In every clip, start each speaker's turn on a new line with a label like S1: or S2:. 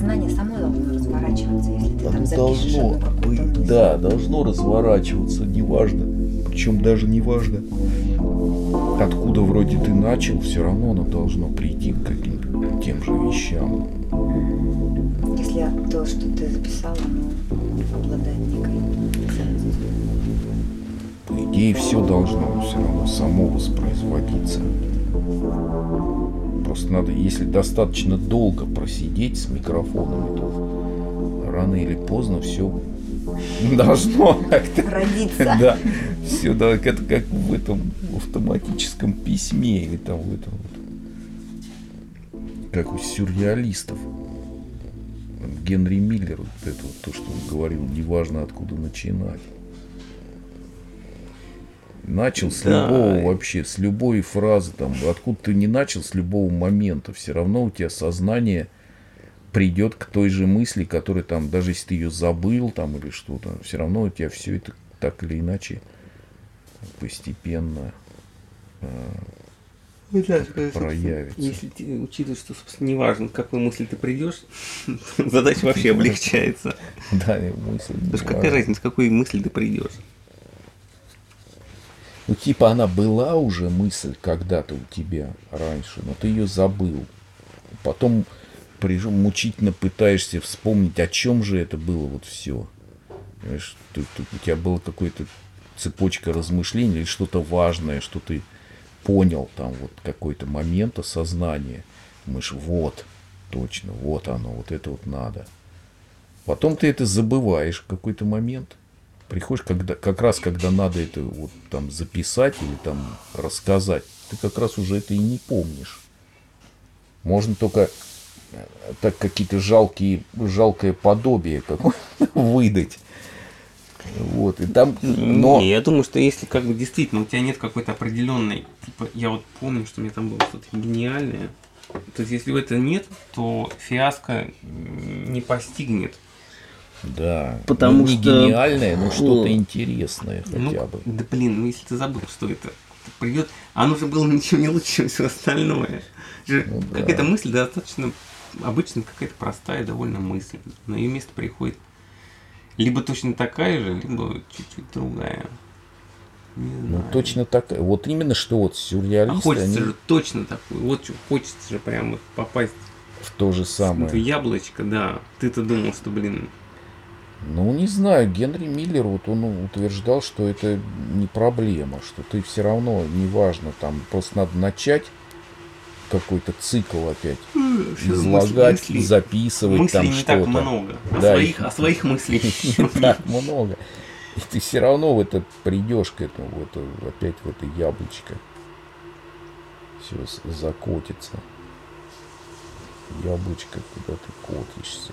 S1: сознание само должно разворачиваться, если ты там запишешь
S2: должно
S1: одну какую-то
S2: быть,
S1: мысль.
S2: да, должно разворачиваться, неважно. Причем даже неважно, откуда вроде ты начал, все равно оно должно прийти к каким-то тем же вещам.
S1: Если то, что ты записал, оно обладает некой ценностью.
S2: По идее, все должно все равно само воспроизводиться. Просто надо, если достаточно долго просидеть с микрофонами, то рано или поздно все должно как-то
S1: Родиться.
S2: Да, все, да, это как в этом автоматическом письме или там в этом вот, как у сюрреалистов. Генри Миллер, вот это вот то, что он говорил, неважно откуда начинать. Начал с любого вообще, с любой фразы, там, откуда ты не начал, с любого момента, все равно у тебя сознание придет к той же мысли, которая там, даже если ты ее забыл там или что-то, все равно у тебя все это так или иначе постепенно проявится.
S3: Если учитывать, что, собственно, неважно, к какой мысли ты придешь, задача вообще облегчается.
S2: Да, мысль.
S3: Потому что какая разница, к какой мысли ты придешь?
S2: Ну, типа, она была уже мысль когда-то у тебя раньше, но ты ее забыл. Потом мучительно пытаешься вспомнить, о чем же это было вот все. Понимаешь, тут у тебя была какая-то цепочка размышлений или что-то важное, что ты понял там вот какой-то момент осознания. Думаешь, вот, точно, вот оно, вот это вот надо. Потом ты это забываешь в какой-то момент. Приходишь, как раз когда надо это вот там записать или там рассказать, ты как раз уже это и не помнишь. Можно только так какие-то жалкое подобие какое-то выдать. Вот, и там, но...
S3: Не, я думаю, что если как бы действительно у тебя нет какой-то определенной, типа, я вот помню, что у меня там было что-то гениальное, то есть если этого нет, то фиаско не постигнет.
S2: Да,
S3: потому
S2: не
S3: что...
S2: гениальное, но что-то интересное хотя бы.
S3: Да блин, ну если ты забыл, что это придет, оно же было ничего не лучше, чем все остальное. Какая-то мысль достаточно, обычно какая-то простая довольно мысль. На ее место приходит либо точно такая же, либо чуть-чуть другая.
S2: Ну, точно такая. Вот именно что вот сюрреалисты,
S3: хочется же точно такую. Вот что, хочется же прямо попасть
S2: в то же самое.
S3: В яблочко, да. Ты-то думал, что, блин...
S2: Ну, не знаю, Генри Миллер, вот он утверждал, что это не проблема, что ты все равно, неважно, там просто надо начать какой-то цикл опять излагать, записывать
S3: мыслей
S2: там
S3: не
S2: что-то.
S3: Так много.
S2: Да,
S3: своих мыслей
S2: не так много. И ты все равно в это придешь к этому, опять в это яблочко. Все закотится. Яблочко, куда ты котишься.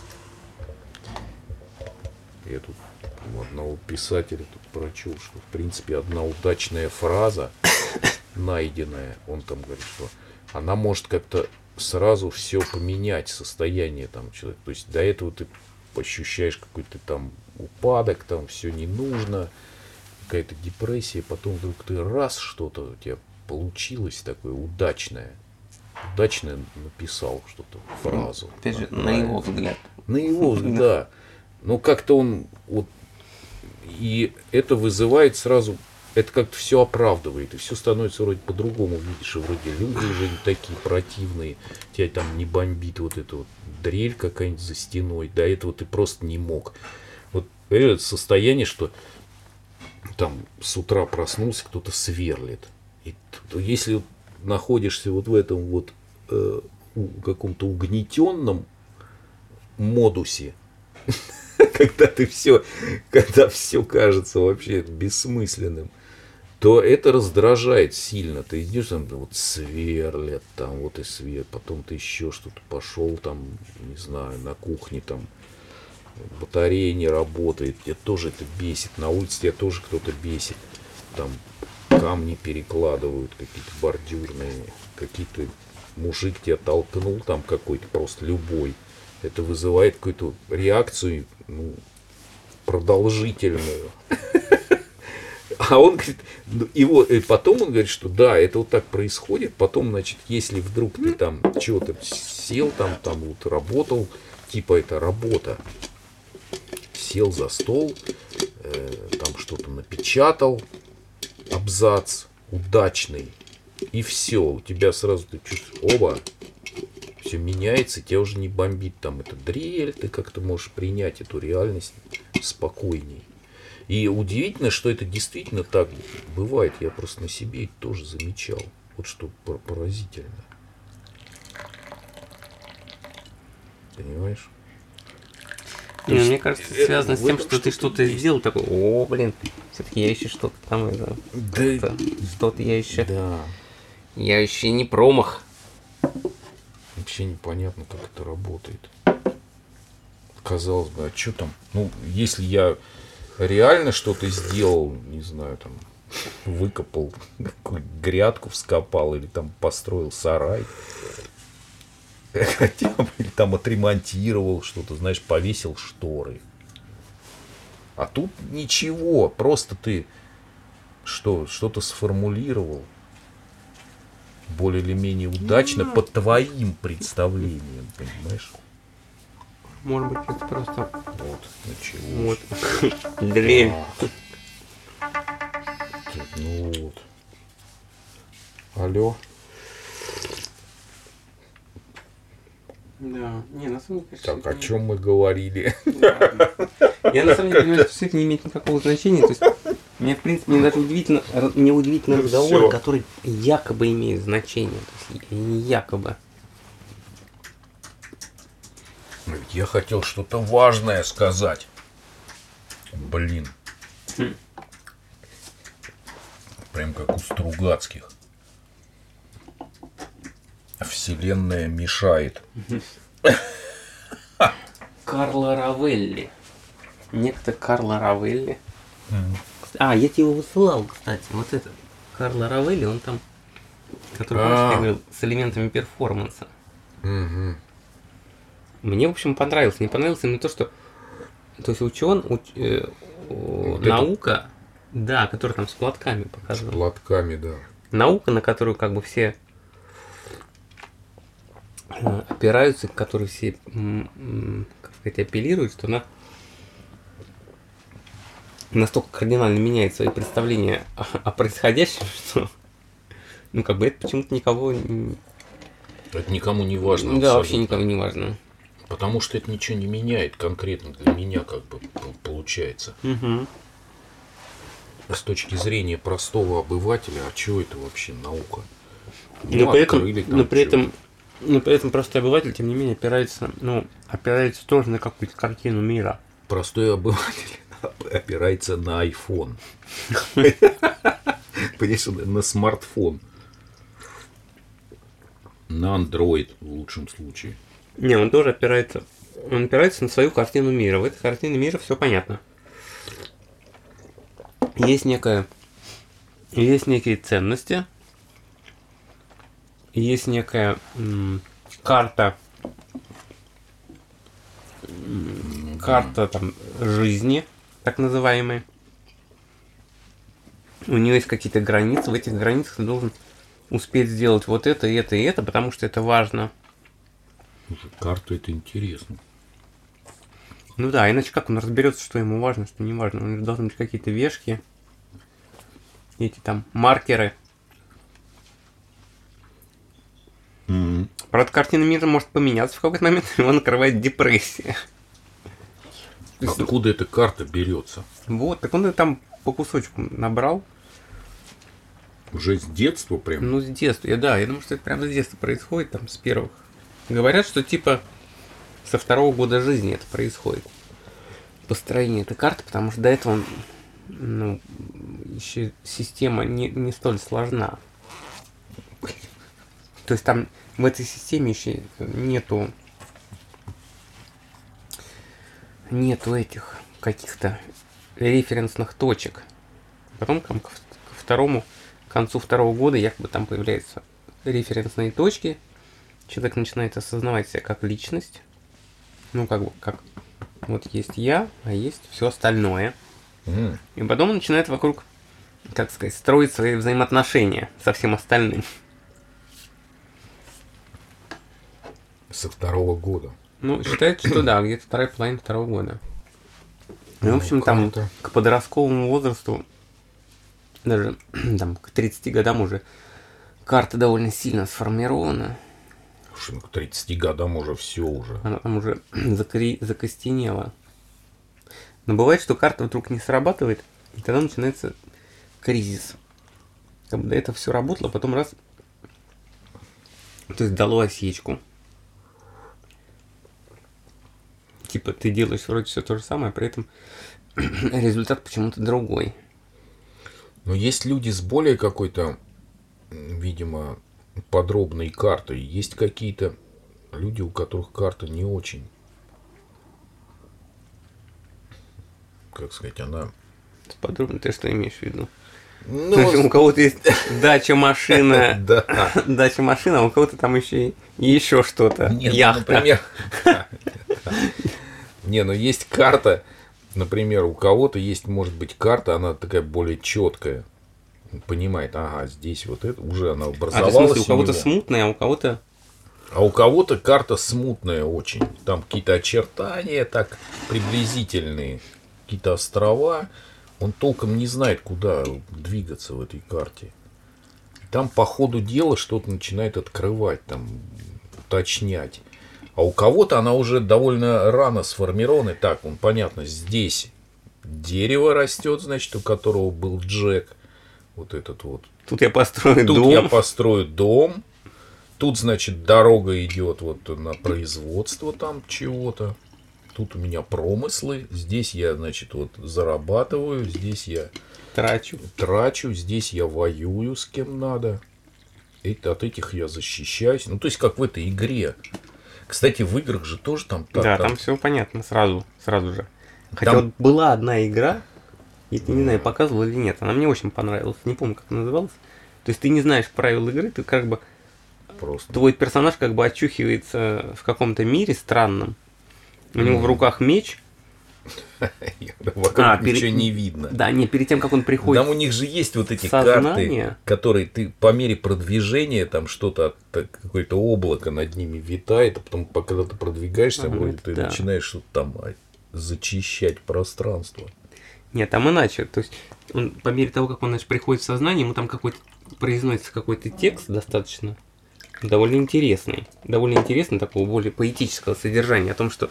S2: Я тут у одного писателя тут прочел, что в принципе одна удачная фраза, найденная, он там говорит, что она может как-то сразу все поменять, состояние там человека. То есть до этого ты ощущаешь какой-то там упадок, там все не нужно, какая-то депрессия, потом вдруг ты раз что-то у тебя получилось такое удачное. Удачно написал что-то, фразу.
S3: Опять же, на его взгляд.
S2: На его взгляд, да. Но как-то он вот, и это вызывает сразу, это как-то все оправдывает, и все становится вроде по-другому, видишь, и вроде люди уже не такие противные, тебя там не бомбит вот эта вот дрель какая-нибудь за стеной, до этого ты просто не мог. Вот это состояние, что там с утра проснулся, кто-то сверлит. И если находишься вот в этом вот каком-то угнетенном модусе, когда все кажется вообще бессмысленным, то это раздражает сильно. Ты идешь там, вот сверлят, там вот и свет, потом ты еще что-то пошел там, не знаю, на кухне там батарея не работает, тебя тоже это бесит, на улице тебя тоже кто-то бесит, там камни перекладывают какие-то бордюрные, какие-то мужик тебя толкнул там какой-то просто любой. Это вызывает какую-то реакцию, ну, продолжительную. А он говорит, и потом он говорит, что да, это вот так происходит. Потом, значит, если вдруг ты там чего-то сел, там вот работал, типа это работа. Сел за стол, там что-то напечатал, абзац удачный, и все, у тебя сразу ты чувствуешь, оба, все меняется, тебя уже не бомбит там эта дрель, ты как-то можешь принять эту реальность спокойней. И удивительно, что это действительно так бывает, я просто на себе это тоже замечал, вот что поразительно. Понимаешь?
S3: Не, мне кажется, это связано с тем, что ты что-то сделал, такой, о, блин, все-таки я еще что-то там, что-то я еще,
S2: Да.
S3: я еще не промах.
S2: Вообще непонятно, как это работает. Казалось бы, а что там? Ну, если я реально что-то сделал, не знаю, там, выкопал какую-то грядку, вскопал, или там построил сарай, хотя бы, или там отремонтировал что-то, знаешь, повесил шторы. А тут ничего, просто ты что-то сформулировал более или менее удачно по твоим представлениям, понимаешь?
S3: Может быть, это просто...
S2: Вот, начало.
S3: Вот. Дрель.
S2: Ну вот. Алло.
S3: Да. Не, на самом деле, конечно...
S2: Так, о чем мы говорили?
S3: Я на самом деле понимаю, что все это не имеет никакого значения. То есть, мне, в принципе, мне даже удивительно разговоры,
S2: всё.
S3: которые якобы имеют значение. То есть, не якобы.
S2: Я хотел что-то важное сказать. Блин. Прям как у Стругацких. Вселенная мешает.
S3: Карло Равелли. Некто Карло Равелли. А, я тебе его высылал, кстати. Вот этот. Карло Равелли, он там... Который, помнишь, я говорил, с элементами перформанса.
S2: Угу.
S3: Мне, в общем, понравилось. Мне понравилось именно то, что... То есть наука, да, которая там с платками
S2: С
S3: показывала.
S2: платками, да.
S3: Наука, на которую как бы все опираются, к которой все, как сказать, апеллируют, что она настолько кардинально меняет свои представления о происходящем, что ну как бы это почему-то никого...
S2: Это никому не важно.
S3: Да,
S2: абсолютно.
S3: вообще никому не важно.
S2: Потому что это ничего не меняет конкретно для меня, как бы получается.
S3: Угу.
S2: С точки зрения простого обывателя, а что это вообще наука?
S3: Но при этом,
S2: открыли там
S3: но при
S2: чё-то.
S3: этом, но при этом простой обыватель, тем не менее, опирается тоже на какую-то картину мира.
S2: Простой обыватель опирается на iPhone. Понимаешь, на смартфон. На Android в лучшем случае.
S3: Не, он тоже опирается. Он опирается на свою картину мира. В этой картине мира все понятно. Есть некие ценности. Есть некая карта. Карта там жизни, так называемая. У нее есть какие-то границы. В этих границах ты должен успеть сделать вот это, и это, и это, потому что это важно.
S2: Карта это интересно.
S3: Ну да, иначе как он разберется, что ему важно, что не важно. У него должны быть какие-то вешки, эти там маркеры.
S2: Mm-hmm.
S3: Правда, картина мира может поменяться в какой-то момент, его накрывает депрессия.
S2: Откуда эта карта берется?
S3: Вот, так он ее там по кусочку набрал.
S2: Уже с детства прям?
S3: Ну, с детства, я думаю, что это прямо с детства происходит, там, с первых. Говорят, что типа со 2-го года жизни это происходит. Построение этой карты, потому что до этого, еще система не столь сложна. То есть там в этой системе еще нету этих каких-то референсных точек. Потом к концу 2-го года якобы там появляются референсные точки. Человек начинает осознавать себя как личность. Ну, как бы, как вот есть я, а есть все остальное.
S2: Mm.
S3: И потом он начинает вокруг, как сказать, строить свои взаимоотношения со всем остальным.
S2: Со 2-го года.
S3: Ну, считается, что да, где-то вторая половина второго года. Ну, в общем, там
S2: карта.
S3: к подростковому возрасту, даже там к 30 годам уже карта довольно сильно сформирована.
S2: Слушай, ну к 30 годам уже все уже.
S3: Она там уже закостенела. Но бывает, что карта вдруг не срабатывает, и тогда начинается кризис. Как бы до этого все работало, потом раз, то есть дало осечку. Типа ты делаешь вроде все то же самое, а при этом результат почему-то другой.
S2: Но есть люди с более какой-то, видимо, подробной картой. Есть какие-то люди, у которых карта не очень. Как сказать, она...
S3: Подробно ты что имеешь в виду?
S2: Ну,
S3: У кого-то есть дача, машина,
S2: да.
S3: дача, машина, а у кого-то там еще что-то.
S2: Нет, ну,
S3: Яхта.
S2: например... Не, ну есть карта, например, у кого-то есть, может быть, карта, она такая более четкая. Понимает, ага, здесь вот это, уже она
S3: А,
S2: образовалась.
S3: в смысле, у кого-то
S2: него.
S3: смутная, а у кого-то...
S2: А у кого-то карта смутная очень. Там какие-то очертания так приблизительные, какие-то острова. Он толком не знает, куда двигаться в этой карте. Там по ходу дела что-то начинает открывать, там, уточнять. А у кого-то она уже довольно рано сформирована. Так, понятно, здесь дерево растет, значит, у которого был Джек. Вот этот вот.
S3: Тут я построю
S2: Тут
S3: дом.
S2: я построю дом. Тут, значит, дорога идет вот на производство там чего-то. Тут у меня промыслы. Здесь я, значит, вот зарабатываю. Здесь я трачу. Здесь я воюю с кем надо. От этих я защищаюсь. Ну, то есть, как в этой игре. Кстати, в играх же тоже там...
S3: Да, там все понятно сразу же. Хотя
S2: Там-
S3: вот была одна игра, я тебе не знаю, показывал или нет, она мне очень понравилась, не помню, как она называлась. То есть ты не знаешь правил игры, ты как бы...
S2: Просто.
S3: Твой персонаж как бы очухивается в каком-то мире странном. У него в руках меч.
S2: Вокруг ничего не видно.
S3: Да, не, перед тем, как он приходит...
S2: Там у них же есть вот эти
S3: сознание.
S2: карты, которые ты по мере продвижения, там что-то, какое-то облако над ними витает, а потом, когда ты продвигаешься, вроде ты
S3: да.
S2: начинаешь что-то там зачищать пространство.
S3: Нет, там иначе. То есть, он, по мере того, как он значит, приходит в сознание, ему там какой-то произносится какой-то текст достаточно довольно интересный. Довольно интересный, такого более поэтического содержания. О том, что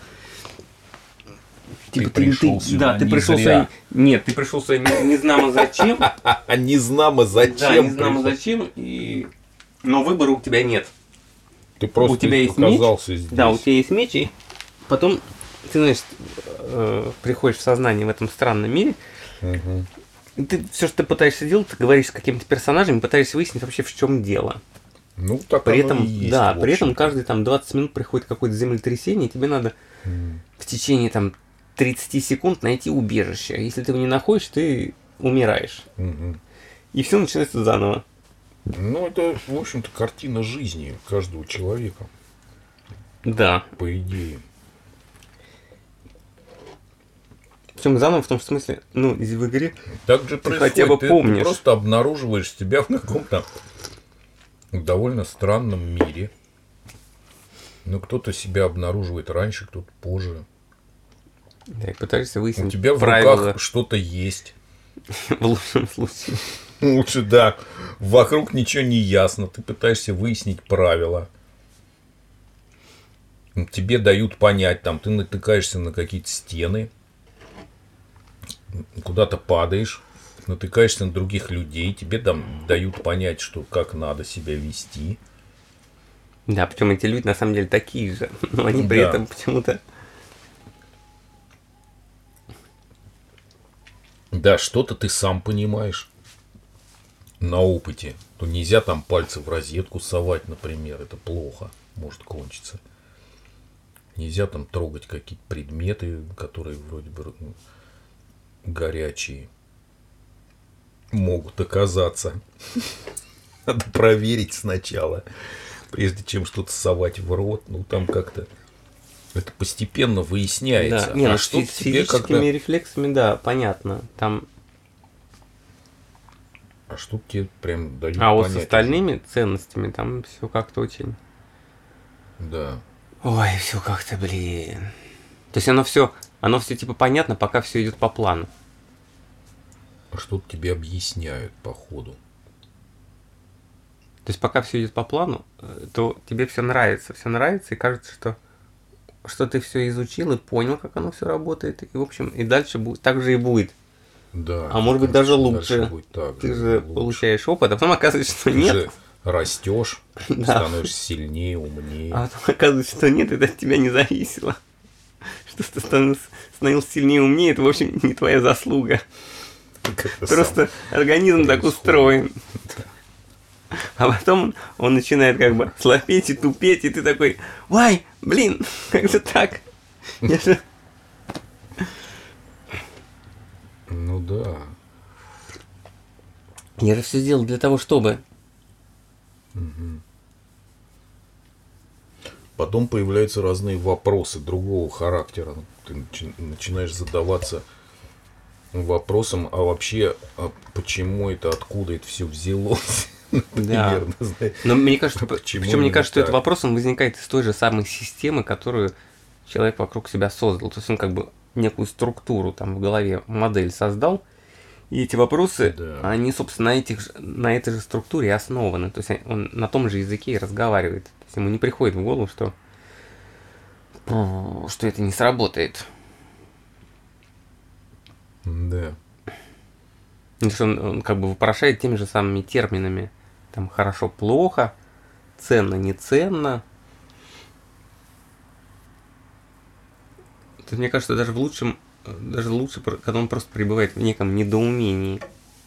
S2: Ты пришел сюда не зря.
S3: Нет, ты пришел сюда не знамо зачем.
S2: А не знамо зачем.
S3: Да, не знамо
S2: пришел.
S3: зачем. Но выбора у тебя нет.
S2: Ты просто
S3: у тебя есть
S2: оказался
S3: меч.
S2: здесь.
S3: Да, у тебя есть меч, и потом ты, значит, приходишь в сознание в этом странном мире.
S2: Угу.
S3: И ты все, что ты пытаешься делать, ты говоришь с какими-то персонажами, пытаешься выяснить вообще, в чем дело.
S2: Ну, так
S3: При
S2: оно
S3: этом,
S2: и есть,
S3: да,
S2: в
S3: при этом
S2: общем-то.
S3: каждые там 20 минут приходит какое-то землетрясение, и тебе надо в течение там 30 секунд найти убежище. Если ты его не находишь, ты умираешь.
S2: Мгм.
S3: И все начинается заново.
S2: Ну, это, в общем-то, картина жизни каждого человека,
S3: Да.
S2: по идее.
S3: Причем заново в том смысле, ну, в игре
S2: Так же
S3: ты
S2: происходит.
S3: хотя бы
S2: Ты
S3: помнишь.
S2: просто обнаруживаешь себя в каком-то довольно странном мире. Ну, кто-то себя обнаруживает раньше, кто-то позже.
S3: да, и пытаешься
S2: У
S3: выяснить
S2: тебя в
S3: правила
S2: руках что-то есть.
S3: в лучшем случае.
S2: Лучше, да. Вокруг ничего не ясно. Ты пытаешься выяснить правила. Тебе дают понять, там, ты натыкаешься на какие-то стены, куда-то падаешь, натыкаешься на других людей, тебе там дают понять, что как надо себя вести.
S3: Да, причем эти люди на самом деле такие же, но они при
S2: Да.
S3: этом почему-то...
S2: Да, что-то ты сам понимаешь на опыте. То нельзя там пальцы в розетку совать, например, это плохо, может кончиться. Нельзя там трогать какие-то предметы, которые вроде бы горячие могут оказаться. Надо проверить сначала, прежде чем что-то совать в рот. Ну, там как-то это постепенно выясняется.
S3: Да, не, ну,
S2: что
S3: с физическими рефлексами, да, понятно. Там...
S2: А что тебе прям дают
S3: А вот
S2: понять
S3: с остальными ценностями там все как-то очень...
S2: Да.
S3: Ой, все как-то, блин. То есть оно все типа понятно, пока все идет по плану.
S2: Что-то тебе объясняют по ходу.
S3: То есть пока все идет по плану, то тебе все нравится, и кажется, что ты все изучил и понял, как оно все работает, и в общем, и дальше будет, так же и будет.
S2: Да.
S3: А может быть даже лучше.
S2: Так
S3: Ты же получаешь опыт, а потом оказывается, что нет.
S2: Ты же растешь, становишься сильнее, умнее.
S3: А потом оказывается, что нет, это от тебя не зависело. Что ты становился сильнее, умнее, это, в общем, не твоя заслуга. Просто организм так устроен. А потом он начинает как бы слабеть и тупеть, и ты такой: «Вай, блин, как же так? Я же...»
S2: Ну да.
S3: Я же все сделал для того, чтобы...
S2: Потом появляются разные вопросы другого характера. Ты начинаешь задаваться вопросом, а вообще, почему это, откуда это все взялось?
S3: Да. Но мне кажется, причем мне кажется, что этот вопрос он возникает из той же самой системы, которую человек вокруг себя создал. То есть он как бы некую структуру там в голове, модель создал, и эти вопросы, они, собственно, на этой же структуре основаны. То есть он на том же языке и разговаривает. То есть ему не приходит в голову, что это не сработает.
S2: Да.
S3: То есть он как бы вопрошает теми же самыми терминами. Там хорошо-плохо, ценно-неценно. То есть, мне кажется, даже лучше, когда он просто пребывает в неком недоумении.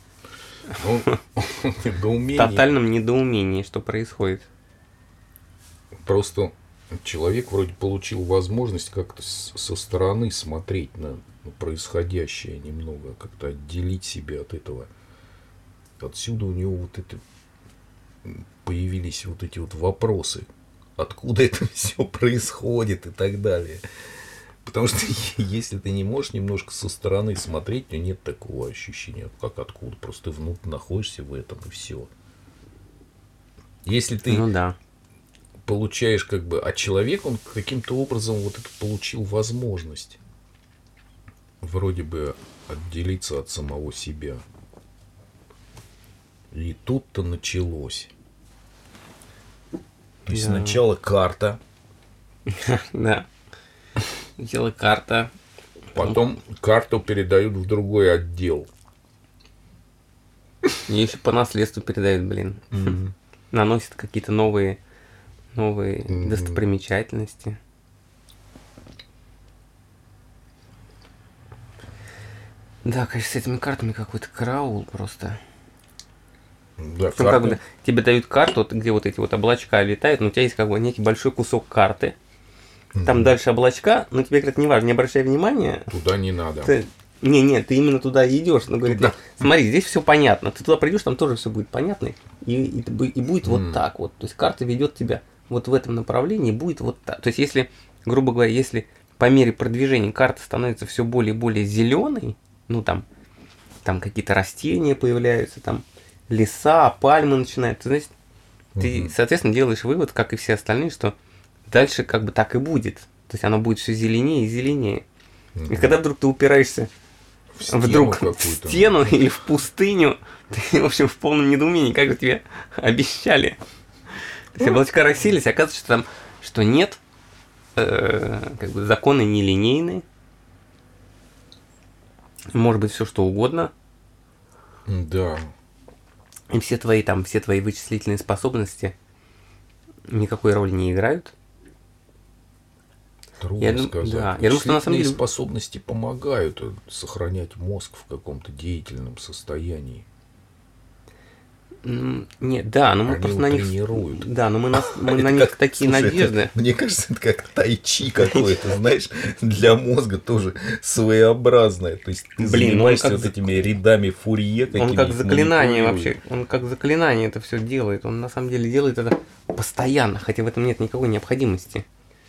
S2: Недоумение.
S3: Тотальном недоумении, что происходит.
S2: Просто человек вроде получил возможность как-то со стороны смотреть на происходящее немного, как-то отделить себя от этого. Отсюда у него вот это появились вот эти вот вопросы, откуда это все происходит и так далее. Потому что если ты не можешь немножко со стороны смотреть, то нет такого ощущения, как откуда. Просто ты внутрь находишься в этом и все. Если ты получаешь как бы, а человек, он каким-то образом вот это получил возможность вроде бы отделиться от самого себя. И тут-то началось. То есть сначала карта.
S3: Да. Сначала карта.
S2: Потом карту передают в другой отдел.
S3: Ее еще по наследству передают, блин. Наносят какие-то новые достопримечательности. Да, конечно, с этими картами какой-то караул просто.
S2: Да,
S3: как бы, тебе дают карту, где вот эти вот облачка летают, но у тебя есть как бы некий большой кусок карты. Там дальше облачка, но тебе говорят, неважно, не обращай внимания.
S2: Туда не надо.
S3: Ты именно туда идешь. Но говорит, смотри, здесь все понятно. Ты туда придешь, там тоже все будет понятно. И будет вот так вот. То есть карта ведет тебя вот в этом направлении, будет вот так. То есть, если, грубо говоря, если по мере продвижения карта становится все более и более зеленой, ну там какие-то растения появляются, там леса, пальмы начинают. Ты, соответственно, делаешь вывод, как и все остальные, что дальше как бы так и будет. То есть оно будет все зеленее и зеленее. И когда вдруг ты упираешься в стену или в пустыню, ты, в общем, в полном недоумении, как же тебе обещали. То есть облачка расселись, оказывается, что нет, как бы законы нелинейные. Может быть, все что угодно.
S2: Да.
S3: И все твои вычислительные способности никакой роли не играют.
S2: Трудно сказать.
S3: Да, я думаю, что на самом деле
S2: способности помогают сохранять мозг в каком-то деятельном состоянии.
S3: Нет, да, но мы
S2: они
S3: просто на них
S2: тренируют.
S3: Да, но мы на них такие надежды.
S2: Мне кажется, это как тайчи какое-то, знаешь, для мозга тоже своеобразное. То есть ты занимаешься вот этими рядами Фурье.
S3: Он как заклинание вообще. Он как заклинание это все делает. Он на самом деле делает это постоянно, хотя в этом нет никакой необходимости.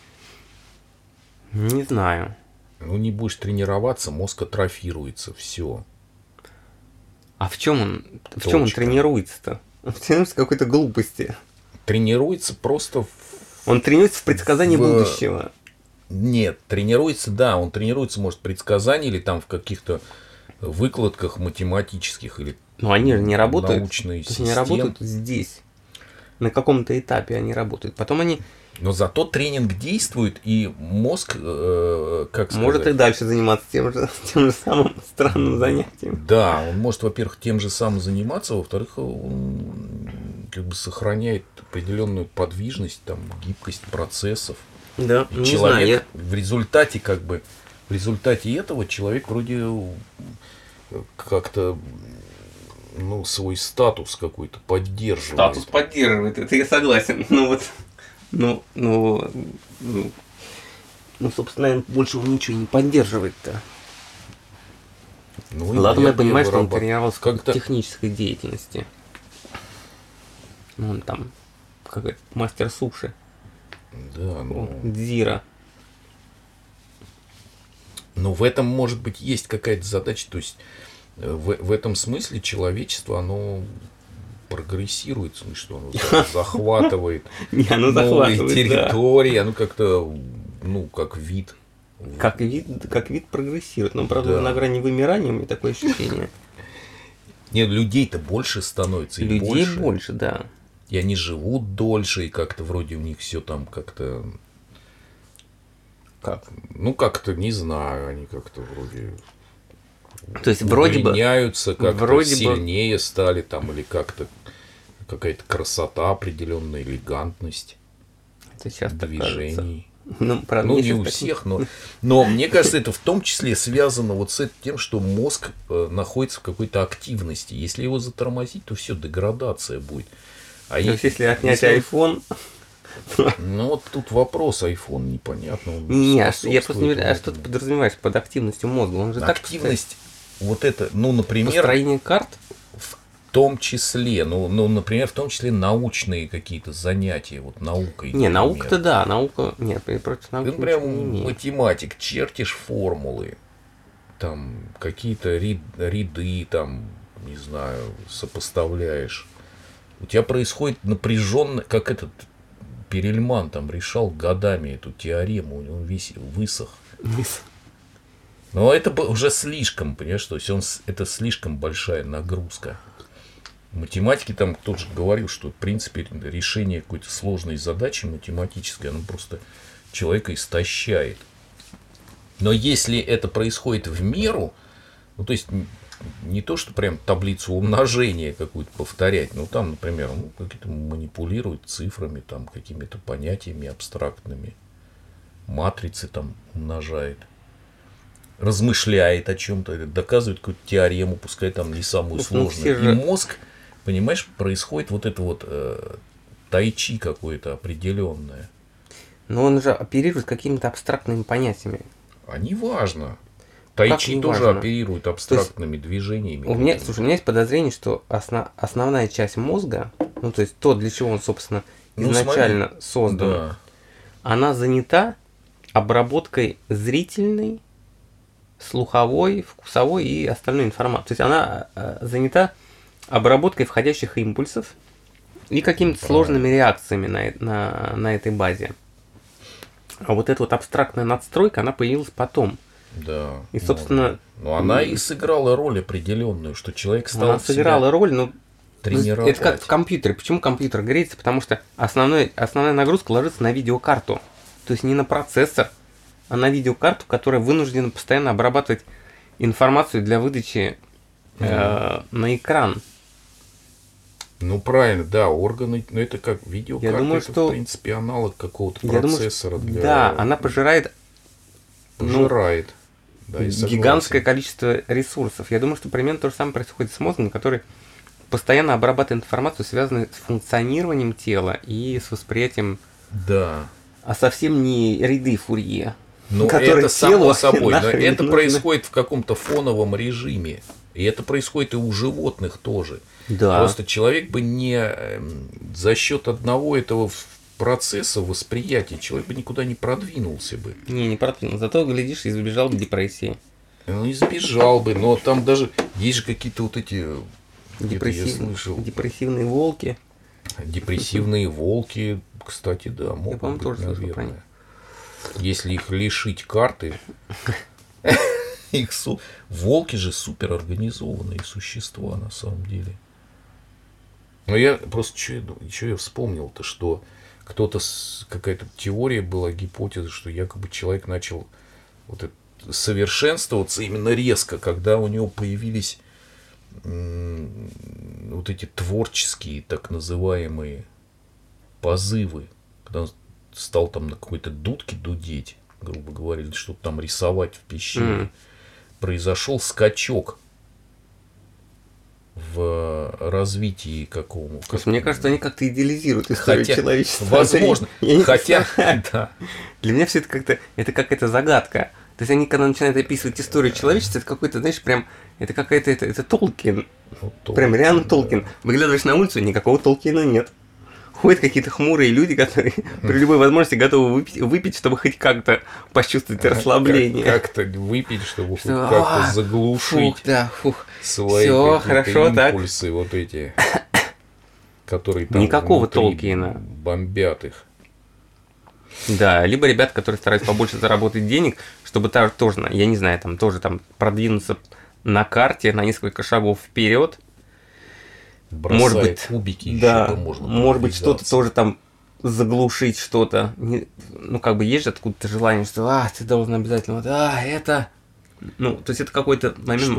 S3: Не знаю.
S2: Ну, не будешь тренироваться, мозг атрофируется, все.
S3: А в чем он тренируется-то? Он тренируется в какой-то глупости.
S2: Тренируется просто
S3: Он тренируется в предсказании будущего.
S2: Нет, тренируется, да, он тренируется, может, в предсказании или там в каких-то выкладках математических или
S3: Но они же не работают.
S2: научные
S3: То есть они
S2: системы.
S3: работают здесь. На каком-то этапе они работают. Потом они...
S2: Но зато тренинг действует, и мозг, как сказать...
S3: Может и дальше заниматься тем же самым странным занятием.
S2: Да, он может, во-первых, тем же самым заниматься, во-вторых, он как бы сохраняет определенную подвижность, там, гибкость процессов.
S3: Да,
S2: И
S3: не
S2: человек
S3: знаю,
S2: в результате, как бы, в результате этого человек вроде как-то, ну, свой статус какой-то поддерживает.
S3: Статус поддерживает, это я согласен. Ну, собственно, наверное, больше он ничего не поддерживает-то.
S2: Ну,
S3: Ладно, я
S2: энергия
S3: понимаю, что он
S2: вырабатывает.
S3: тренировался в
S2: Как-то-
S3: технической деятельности. Он там, как это, мастер суши.
S2: Да, ну,
S3: Дзира.
S2: но в этом, может быть, есть какая-то задача. То есть, в этом смысле человечество, оно прогрессирует, в смысле, что оно захватывает
S3: Не, оно
S2: новые
S3: захватывает, да.
S2: территории, оно как-то, ну, как вид.
S3: Как вид прогрессирует. Но, правда,
S2: Да.
S3: на грани вымирания у меня такое ощущение.
S2: Нет, людей-то больше становится, и
S3: Людей больше, да.
S2: И они живут дольше, и как-то вроде у них все там как-то,
S3: Как?
S2: ну, как-то, не знаю, они как-то вроде
S3: То есть, вроде бы...
S2: удлиняются, как-то
S3: вроде бы-
S2: сильнее стали там, или как-то какая-то красота определенная, элегантность
S3: Это сейчас так кажется.
S2: движений.
S3: Ну, правда,
S2: Ну,
S3: мне
S2: не
S3: щас
S2: у
S3: так-
S2: всех, но мне кажется, это в том числе связано вот с тем, что мозг находится в какой-то активности. Если его затормозить, то все, деградация будет. А
S3: То есть, если отнять
S2: если-
S3: iPhone...
S2: Ну, вот тут вопрос, iPhone непонятно. он
S3: Не, я просто не
S2: способствует
S3: говорю, а что ты подразумеваешь под активностью мозга? Он же так
S2: активность, вот это, ну, например,
S3: построение карт?
S2: в том числе, ну, например, в том числе научные какие-то занятия, вот наукой.
S3: Не,
S2: например.
S3: наука-то да, наука... Нет, против
S2: Ты,
S3: науки
S2: например,
S3: ничего не имею.
S2: математик, чертишь формулы, там какие-то ряды, там, не знаю, сопоставляешь. У тебя происходит напряженно, как этот Перельман там решал годами эту теорему, он весь высох. Но это уже слишком, понимаешь, то есть это слишком большая нагрузка. Математики там кто-то же говорил, что в принципе решение какой-то сложной задачи математической, оно просто человека истощает. Но если это происходит в меру, ну то есть не то, что прям таблицу умножения какую-то повторять, но там, например, ну, какие-то манипулируют цифрами, там, какими-то понятиями абстрактными, матрицы там умножает, размышляет о чем-то, доказывает какую-то теорему, пускай там не самую
S3: Ну,
S2: сложную.
S3: все же-
S2: И мозг, понимаешь, происходит вот это вот тайчи какое-то определенное.
S3: Но он же оперирует какими-то абстрактными понятиями.
S2: А не важно. Тайчи
S3: не
S2: тоже
S3: важно?
S2: оперирует абстрактными движениями.
S3: У меня есть подозрение, что основная часть мозга, ну то есть то, для чего он, собственно,
S2: Ну,
S3: изначально
S2: смотри.
S3: создан,
S2: Да.
S3: она занята обработкой зрительной, слуховой, вкусовой и остальной информации. То есть она занята обработкой входящих импульсов и какими-то сложными реакциями на этой базе. А вот эта вот абстрактная надстройка, она появилась потом.
S2: Да.
S3: И, собственно,
S2: Но она и сыграла роль определенную, что человек стал
S3: она сыграла роль, но
S2: тренировать.
S3: это как в компьютере. Почему компьютер греется? Потому что основная нагрузка ложится на видеокарту. То есть не на процессор, а на видеокарту, которая вынуждена постоянно обрабатывать информацию для выдачи на экран.
S2: Ну правильно, да, органы, ну это как видеокарта,
S3: думаю,
S2: это
S3: что-
S2: в принципе аналог какого-то
S3: Я думаю,
S2: процессора для...
S3: Да, она пожирает
S2: пожирает. Да, и согласен.
S3: гигантское количество ресурсов. Я думаю, что примерно то же самое происходит с мозгом, который постоянно обрабатывает информацию, связанную с функционированием тела и с восприятием,
S2: Да.
S3: а совсем не ряды Фурье.
S2: Ну,
S3: которые
S2: это само
S3: телу
S2: собой, но
S3: нахрен не
S2: это
S3: нужны.
S2: происходит в каком-то фоновом режиме. И это происходит и у животных тоже.
S3: Да.
S2: Просто человек бы не за счет одного этого процесса восприятия, человек бы никуда не продвинулся бы.
S3: Не продвинул. Зато, глядишь, избежал бы депрессии.
S2: Ну, избежал бы, но там даже есть же какие-то вот эти, где-то я слышал,
S3: Депрессивные волки.
S2: депрессивные волки, Кстати, да, могут
S3: по-моему,
S2: быть,
S3: тоже слышал про
S2: наверное. Если их лишить карты, волки же суперорганизованные существа на самом деле. Но я просто что я вспомнил-то, что какая-то теория была, гипотеза, что якобы человек начал вот это совершенствоваться именно резко, когда у него появились вот эти творческие так называемые позывы, когда он стал там на какой-то дудке дудеть, грубо говоря, или что-то там рисовать в пещере, произошел скачок в развитии какому.
S3: Мне кажется, они как-то идеализируют историю человечества.
S2: Возможно. Хотя, да.
S3: Для меня все это какая-то загадка. То есть они, когда начинают описывать историю человечества, это какой-то, знаешь, прям, это какая-то, это Толкин. Прям реально Толкин. Выглядываешь на улицу, никакого Толкина нет. Ходят какие-то хмурые люди, которые при любой возможности готовы выпить, чтобы хоть как-то почувствовать расслабление.
S2: Как-то выпить, чтобы как-то заглушить свои импульсы вот эти, которые там
S3: никакого Толкина.
S2: Бомбят их.
S3: Да, либо ребят, которые стараются побольше заработать денег, чтобы тоже, я не знаю, там тоже там продвинуться на карте на несколько шагов вперед.
S2: Может быть, кубики
S3: да,
S2: еще можно.
S3: Может быть, что-то тоже там заглушить, что-то. Ну, как бы есть же откуда-то желание, что ты должен обязательно это. Ну, то есть это какой-то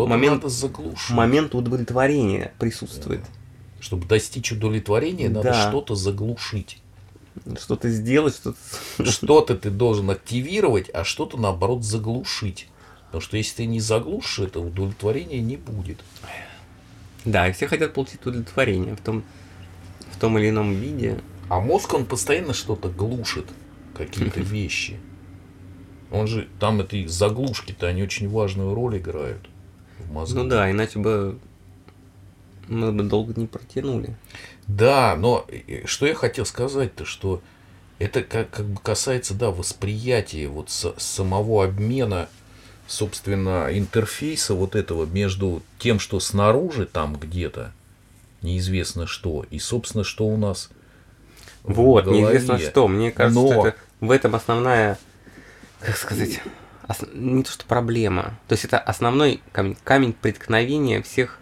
S3: момент удовлетворения присутствует.
S2: Чтобы достичь удовлетворения, надо что-то заглушить.
S3: Что-то сделать,
S2: что-то ты должен активировать, а что-то наоборот заглушить. Потому что если ты не заглушишь, это удовлетворения не будет.
S3: Да, и все хотят получить удовлетворение в том или ином виде.
S2: А мозг, он постоянно что-то глушит, какие-то вещи. Он же, там эти заглушки-то, они очень важную роль играют в мозгу.
S3: Ну да, иначе бы мы бы долго не протянули.
S2: Да, но что я хотел сказать-то, что это как бы касается, восприятия вот самого обмена, собственно, интерфейса вот этого между тем, что снаружи там где-то, неизвестно что, и, собственно, что у нас
S3: вот, неизвестно что. Мне кажется, что это в этом основная, как сказать, не то что проблема. То есть это основной камень преткновения всех.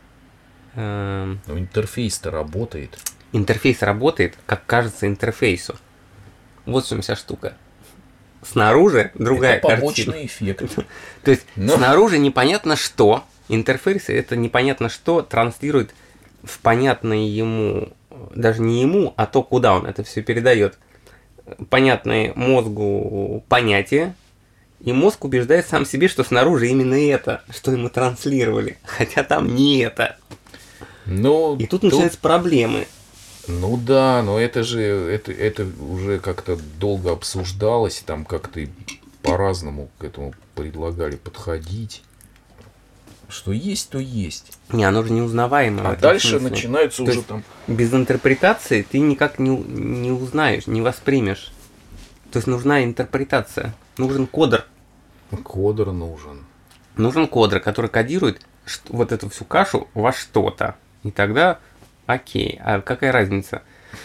S2: Интерфейс-то работает.
S3: Интерфейс работает, как кажется интерфейсу. Вот в чем вся штука. Снаружи другая
S2: это побочный
S3: картина.
S2: Эффект.
S3: То есть снаружи непонятно что. Интерфейс это непонятно что транслирует в понятное ему, даже не ему, а то, куда он это все передает. Понятные мозгу понятия. И мозг убеждает сам себе, что снаружи именно это, что ему транслировали. Хотя там не это. И тут начинаются проблемы.
S2: Ну да, но это же это уже как-то долго обсуждалось, там как-то по-разному к этому предлагали подходить. Что есть, то есть.
S3: Не, оно же неузнаваемо.
S2: А дальше начинаются уже там.
S3: Без интерпретации ты никак не узнаешь, не воспримешь. То есть нужна интерпретация. Нужен кодер.
S2: Кодер нужен.
S3: Нужен кодер, который кодирует вот эту всю кашу во что-то. И тогда окей. А какая разница?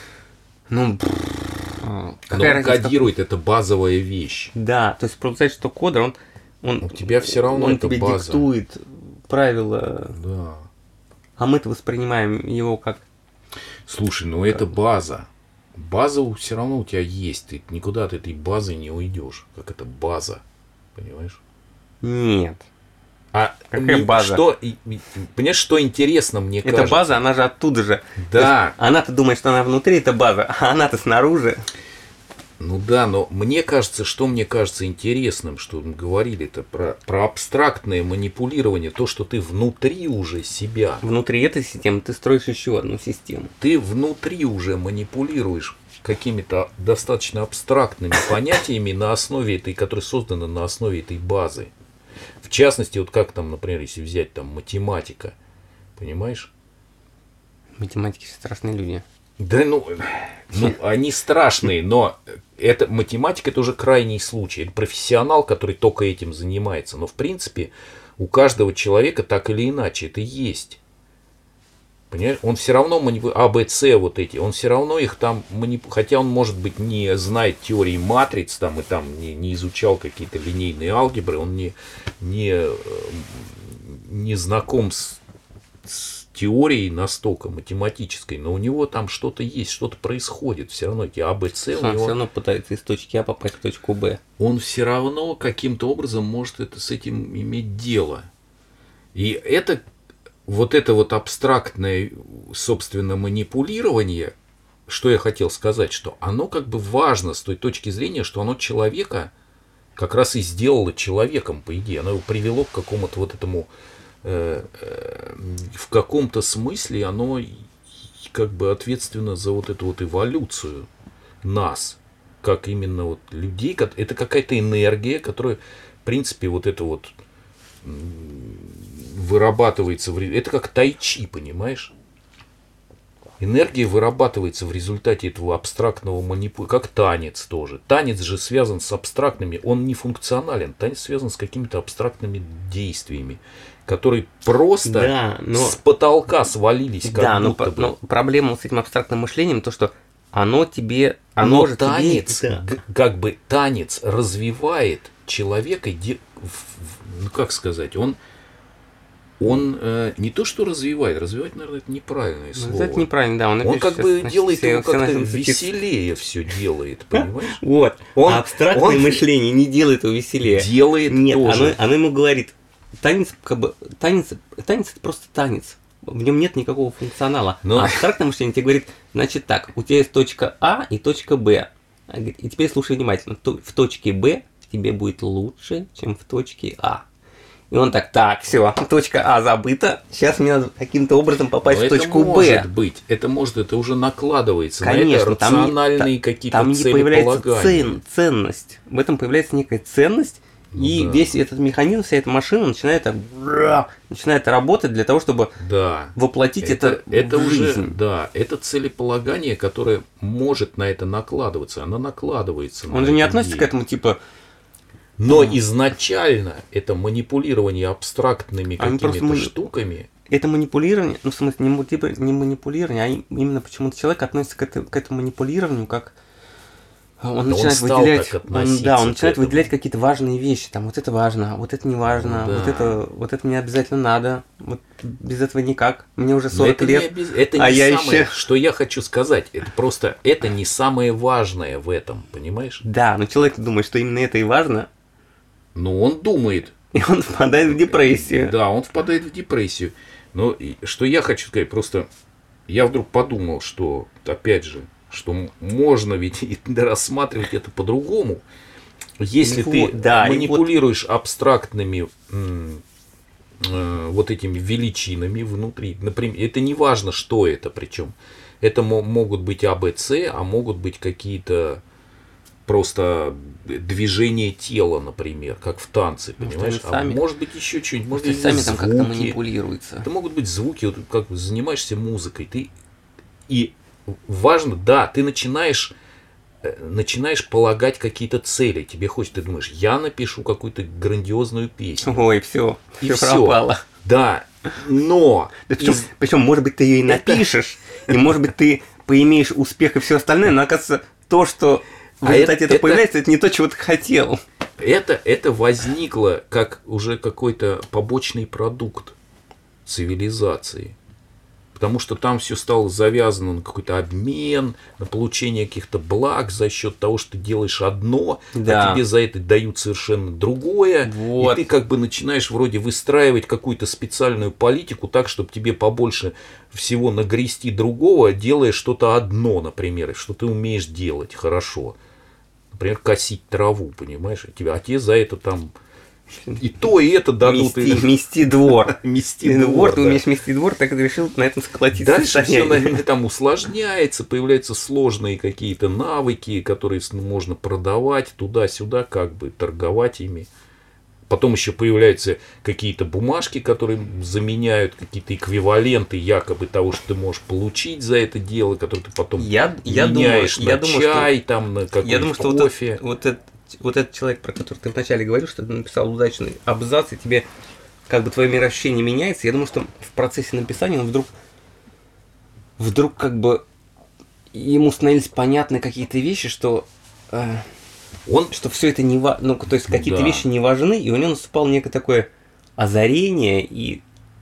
S2: Какая разница? Кодирует, это базовая вещь.
S3: Да, то есть получается, что кодер, он
S2: у тебя все равно
S3: он
S2: это
S3: тебе
S2: база.
S3: Диктует правила.
S2: Да.
S3: А мы-то воспринимаем его как.
S2: Слушай, это база. База все равно у тебя есть. Ты никуда от этой базы не уйдешь. Как это база. Понимаешь?
S3: Нет.
S2: А
S3: какая база?
S2: Понимаешь, что интересно, мне кажется?
S3: Эта база, она же оттуда же.
S2: Да.
S3: Она-то думает, что она внутри, это база, а она-то снаружи.
S2: Ну да, но мне кажется интересным, что мы говорили-то про абстрактное манипулирование, то, что ты внутри уже себя.
S3: Внутри этой системы ты строишь еще одну систему.
S2: Ты внутри уже манипулируешь какими-то достаточно абстрактными понятиями на основе этой, которые созданы на основе этой базы. В частности, вот как там, например, если взять там математика, понимаешь?
S3: Математики все страшные люди.
S2: Да, они страшные, но это математика, это уже крайний случай. Это профессионал, который только этим занимается. Но в принципе у каждого человека так или иначе это есть. Понимаешь? Он все равно А, Б, С вот эти, он все равно их там хотя он, может быть, не знает теории матриц там и там не изучал какие-то линейные алгебры, он не знаком с теорией настолько математической, но у него там что-то есть, что-то происходит. Все равно эти А, Б, С у него...
S3: Он все равно пытается из точки А попасть в точку Б.
S2: Он все равно каким-то образом может с этим иметь дело. И это вот абстрактное, собственно, манипулирование, что я хотел сказать, что оно как бы важно с той точки зрения, что оно человека как раз и сделало человеком, по идее. Оно его привело к какому-то вот этому... в каком-то смысле оно как бы ответственно за вот эту вот эволюцию нас, как именно вот людей. Это какая-то энергия, которая, в принципе, вот это вот вырабатывается. Это как тайчи, понимаешь? Энергия вырабатывается в результате этого абстрактного манипуляции, как танец тоже. Танец же связан с абстрактными, он не функционален. Танец связан с какими-то абстрактными действиями, которые просто с потолка свалились.
S3: Да, но проблема с этим абстрактным мышлением, то, что оно тебе... Оно же
S2: танец,
S3: тебе...
S2: как бы танец развивает человека, ну как сказать, он не то что развивает, наверное, это неправильное слово.
S3: Это неправильно, да.
S2: Он как бы делает его как-то веселее все делает, понимаешь?
S3: Вот. Абстрактное мышление не делает его веселее.
S2: Делает тоже.
S3: Оно ему говорит, танец это просто танец. В нем нет никакого функционала. А абстрактное мышление тебе говорит, значит так, у тебя есть точка А и точка Б. И теперь слушай внимательно. В точке Б тебе будет лучше, чем в точке А. И он так, все, точка А забыта, сейчас мне надо каким-то образом попасть в точку Б.
S2: Это уже накладывается. Конечно, на это рациональные какие-то
S3: там
S2: цели
S3: появляется
S2: полагания.
S3: Ценность. В этом появляется некая ценность, и весь этот механизм, вся эта машина начинает работать для того, чтобы воплотить это в жизнь.
S2: Да, это целеполагание, которое может на это накладываться. Оно накладывается.
S3: Он же не относится к этому типа...
S2: Но изначально это манипулирование абстрактными какими-то штуками.
S3: Это манипулирование, в смысле не манипулирование, а именно почему-то человек относится к этому манипулированию как он начинает выделять, он начинает выделять какие-то важные вещи, там вот это важно, вот это не важно, вот это мне обязательно надо, вот без этого никак, мне уже 40 лет,
S2: это не самое, что я хочу сказать, это просто это не самое важное в этом, понимаешь?
S3: Да, но человек думает, что именно это и важно.
S2: Ну, он думает.
S3: И он впадает в депрессию.
S2: Да, он впадает в депрессию. Но что я хочу сказать, просто я вдруг подумал, что, опять же, что можно ведь рассматривать это по-другому. Если ты манипулируешь абстрактными вот этими величинами внутри, например, это не важно, что это, причем это могут быть А, Б, С, а могут быть какие-то просто движение тела, например, как в танце, понимаешь? А может быть еще что-нибудь, может быть
S3: сами там как-то манипулируются.
S2: Это могут быть звуки, вот как занимаешься музыкой, и важно, да, ты начинаешь полагать какие-то цели, тебе хочется, ты думаешь, я напишу какую-то грандиозную песню.
S3: Ой, все пропало.
S2: Да, но...
S3: Причем, может быть, ты ее и напишешь, и, может быть, ты поимеешь успех и все остальное, но, оказывается, то, что в результате это появляется, это не то, чего ты хотел.
S2: Это возникло как уже какой-то побочный продукт цивилизации. Потому что там все стало завязано на какой-то обмен, на получение каких-то благ за счет того, что ты делаешь одно, а тебе за это дают совершенно другое. Вот. И ты как бы начинаешь вроде выстраивать какую-то специальную политику так, чтобы тебе побольше всего нагрести другого, делая что-то одно, например, что ты умеешь делать хорошо. Например, косить траву, понимаешь? А тебе за это там... И то, и это дадут.
S3: Мести двор.
S2: Мести двор.
S3: Ты умеешь мести двор, так и решил на этом сколотить
S2: дальше все там усложняется, появляются сложные какие-то навыки, которые можно продавать туда-сюда, как бы торговать ими. Потом еще появляются какие-то бумажки, которые заменяют какие-то эквиваленты якобы того, что ты можешь получить за это дело, которые ты потом меняешь на чай, там, на какой-то кофе.
S3: Вот этот человек, про который ты вначале говорил, что ты написал удачный абзац, и тебе как бы твое мироощущение меняется. Я думаю, что в процессе написания он вдруг вдруг как бы ему становились понятны какие-то вещи, что что все это не важно, ну, то есть какие-то вещи не важны, и у него наступало некое такое озарение, и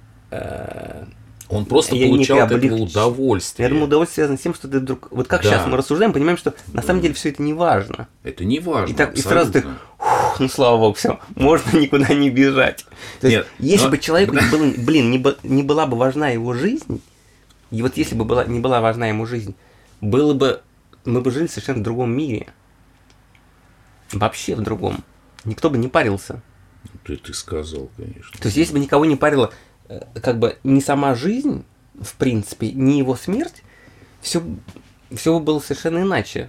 S2: он просто получал от этого удовольствие.
S3: Я думаю, удовольствие связано с тем, что ты вдруг... Вот как сейчас мы рассуждаем, понимаем, что на самом деле все это не важно.
S2: Это не важно,
S3: и сразу ты, ну слава богу, все, можно никуда не бежать. То есть, если бы человеку не была бы важна его жизнь, и вот если бы не была важна ему жизнь, мы бы жили совершенно в другом мире. Вообще в другом. Никто бы не парился.
S2: Ты сказал, конечно.
S3: То есть, если бы никого не парила как бы не сама жизнь, в принципе, не его смерть, все бы было совершенно иначе.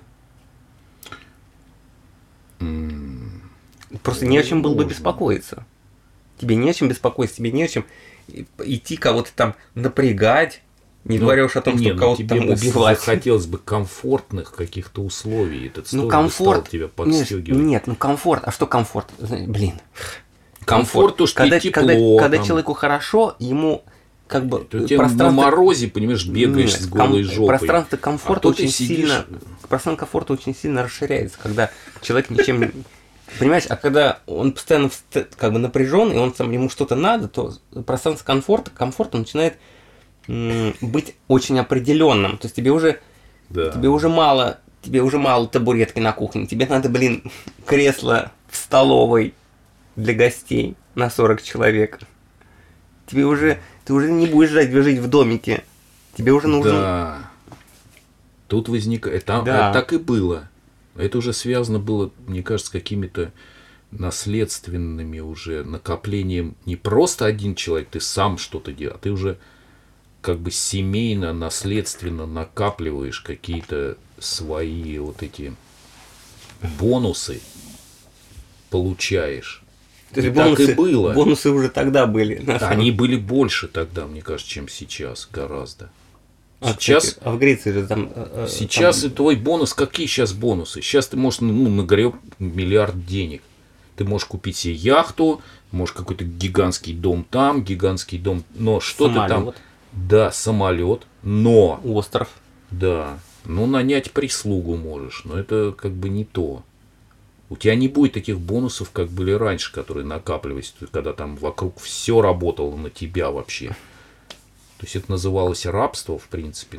S3: Просто не о чем было бы беспокоиться. Тебе не о чем беспокоиться, тебе не о чем идти кого-то там напрягать, не говоря уж о том, что кого-то там убивать.
S2: Хотелось бы комфортных каких-то условий. Этот
S3: комфорт
S2: тебя подстегивать.
S3: Нет, комфорт. А что комфорт? Блин.
S2: Комфорт, то, что
S3: когда,
S2: тепло.
S3: Когда человеку хорошо, ему как бы
S2: пространство... На морозе, понимаешь, бегаешь с голой жопой.
S3: Пространство комфорта очень сильно... Пространство комфорта очень сильно расширяется, когда человек ничем не... Понимаешь, а когда он постоянно как бы напряжен, и ему что-то надо, то пространство комфорта начинает быть очень определенным. То есть тебе уже мало табуретки на кухне, тебе надо, кресло в столовой для гостей на 40 человек. Ты уже не будешь жить в домике. Тебе уже нужно...
S2: Да. Тут возникает... Это так и было. Это уже связано было, мне кажется, с какими-то наследственными уже накоплением. Не просто один человек, ты сам что-то делаешь, а ты уже как бы семейно, наследственно накапливаешь какие-то свои вот эти бонусы, получаешь.
S3: То есть так и было. Бонусы уже тогда были.
S2: Они были больше тогда, мне кажется, чем сейчас, гораздо.
S3: Сейчас, в Греции же там...
S2: Сейчас и твой бонус, какие сейчас бонусы? Сейчас ты можешь нагреб миллиард денег. Ты можешь купить себе яхту, можешь какой-то гигантский дом там, гигантский дом... Но что ты там... Да, самолет, но...
S3: Остров.
S2: Да, нанять прислугу можешь, но это как бы не то. У тебя не будет таких бонусов, как были раньше, которые накапливались, когда там вокруг все работало на тебя вообще. То есть это называлось рабство, в принципе.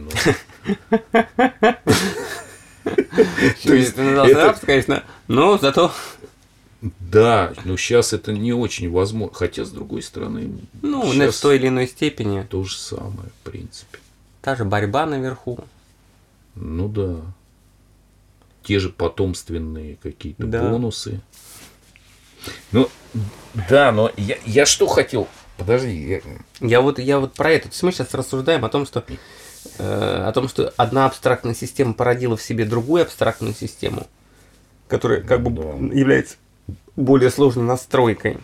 S3: То есть это называлось рабство, конечно, но зато...
S2: Да, но сейчас это не очень возможно. Хотя, с другой стороны...
S3: в той или иной степени.
S2: То же самое, в принципе.
S3: Та же борьба наверху.
S2: Ну да. Те же потомственные какие-то бонусы. Ну, да, но я что хотел... Подожди.
S3: Я вот про это. То есть мы сейчас рассуждаем о том, что одна абстрактная система породила в себе другую абстрактную систему, которая как бы является более сложной настройкой.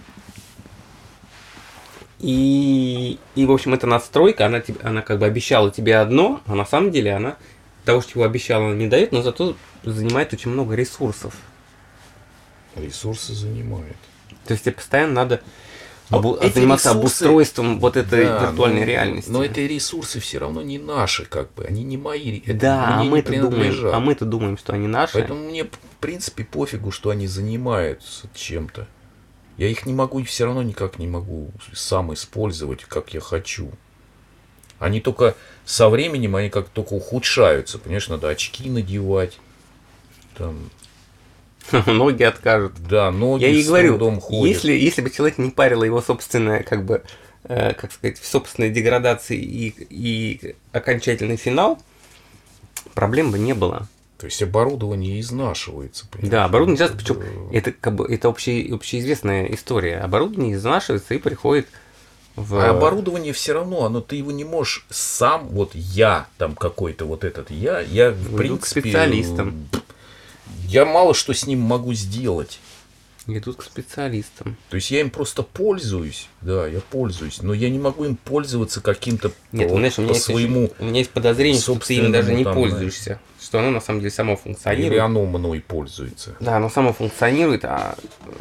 S3: И в общем, эта настройка, она как бы обещала тебе одно, а на самом деле она того, чего обещала, она не дает, но зато занимает очень много ресурсов.
S2: Ресурсы занимает.
S3: То есть тебе постоянно надо заниматься обустройством вот этой виртуальной реальности.
S2: Но эти ресурсы все равно не наши, как бы, они не мои.
S3: А мы-то думаем, что они наши.
S2: Поэтому мне, в принципе, пофигу, что они занимаются чем-то. Я их не могу, все равно никак не могу сам использовать, как я хочу. Они только со временем, они как только ухудшаются. Понимаешь, надо очки надевать. Там...
S3: Ноги откажут.
S2: Да, ноги
S3: я и
S2: с
S3: говорю,
S2: трудом ходят.
S3: Если бы человек не парила его собственная, как бы, как сказать, собственная деградация и окончательный финал, проблем бы не было.
S2: То есть оборудование изнашивается.
S3: Понимаешь? Да, оборудование сейчас, причем это как бы это общеизвестная история. Оборудование изнашивается и приходит в...
S2: А оборудование все равно, ты его не можешь сам, вот я там какой-то вот этот, я в принципе...
S3: к специалистам.
S2: Я мало что с ним могу сделать.
S3: Идут к специалистам.
S2: То есть я им просто пользуюсь. Да, я пользуюсь. Но я не могу им пользоваться каким-то
S3: своему. У меня есть подозрение, что ты им даже не пользуешься. Что оно на самом деле само функционирует.
S2: Или оно мной пользуется.
S3: Да, оно само функционирует,
S2: да,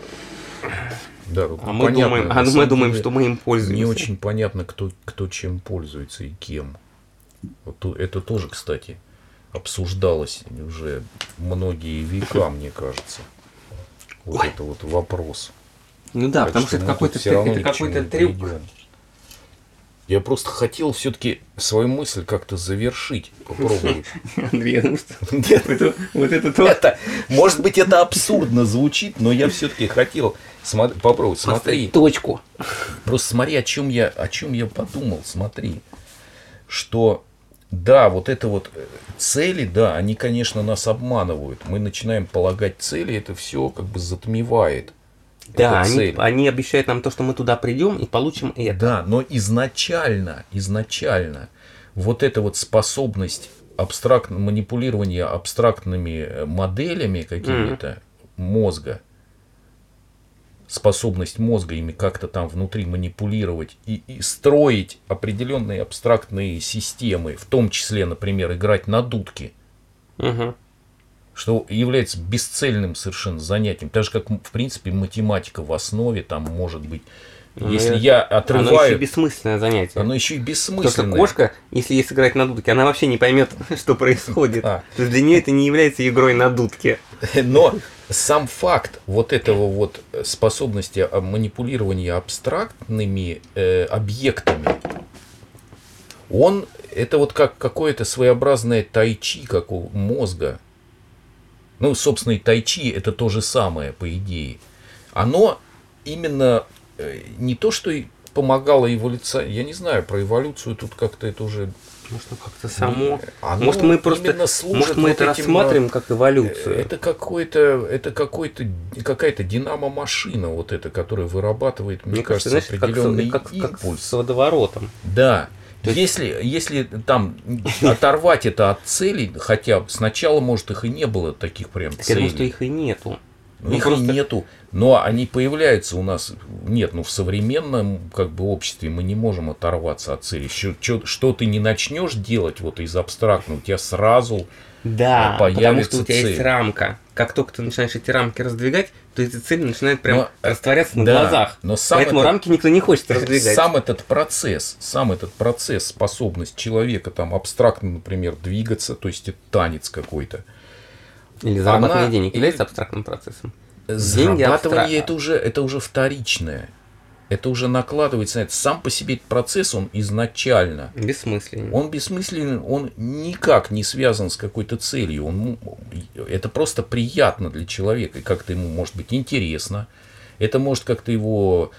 S3: мы думаем, что мы им пользуемся.
S2: Не очень понятно, кто чем пользуется и кем. Это тоже, кстати, обсуждалось уже многие века, мне кажется. Вот это вот вопрос.
S3: Ну да,
S2: Так
S3: потому что это какой-то трюк.
S2: Придем. Я просто хотел все-таки свою мысль как-то завершить, попробовать.
S3: Андрей, ну что?
S2: Нет,
S3: Вот это то.
S2: может быть, это абсурдно звучит, но я все-таки хотел попробовать. Смотри,
S3: Точку.
S2: просто смотри, о чем я подумал. Смотри, что да, вот это вот цели, да, они, конечно, нас обманывают. Мы начинаем полагать цели, это все как бы затмевает.
S3: Да, они обещают нам то, что мы туда придем и получим это.
S2: Да, но изначально вот эта вот способность манипулирования абстрактными моделями какими-то мозга, способность мозга ими как-то там внутри манипулировать и строить определенные абстрактные системы, в том числе, например, играть на дудке, что является бесцельным совершенно занятием. Так же, как, в принципе, математика в основе там может быть. Если я отрываю...
S3: Оно еще бессмысленное занятие.
S2: Оно еще и бессмысленное.
S3: Потому что кошка, если ей сыграть на дудке, она вообще не поймет, что происходит. То есть для нее это не является игрой на дудке.
S2: Но сам факт вот этого вот способности манипулирования абстрактными объектами, это вот как какое-то своеобразное тайчи, как у мозга. Ну, собственно, и тайчи это то же самое, по идее. Оно именно не то, что и помогало эволюции, я не знаю, про эволюцию тут как-то это уже...
S3: Может, как-то само... Может, мы просто... Может, мы это рассматриваем как эволюцию.
S2: Это какая-то динамо-машина, вот эта, которая вырабатывает, мне кажется, определенный импульс.
S3: Как с водоворотом.
S2: Да. Если там оторвать это от целей, хотя сначала, может, их и не было таких прям целей.
S3: Я думаю, что их и нету.
S2: Их и нету, но они появляются у нас. Нет, в современном как бы обществе мы не можем оторваться от цели. Что ты не начнешь делать вот из абстрактного, у тебя сразу появится
S3: потому что у тебя
S2: цель.
S3: есть рамка. Как только ты начинаешь эти рамки раздвигать, то эти цели начинают прям растворяться на глазах.
S2: Но
S3: поэтому рамки никто не хочет раздвигать.
S2: Сам этот процесс, способность человека там абстрактно, например, двигаться, то есть это танец какой-то.
S3: Или зарабатывание денег является абстрактным процессом.
S2: Зарабатывание это уже вторичное. Это уже накладывается на это. Сам по себе этот процесс, он изначально...
S3: Бессмысленен.
S2: Он бессмысленен, он никак не связан с какой-то целью. Это просто приятно для человека. И как-то ему может быть интересно. Это может как-то его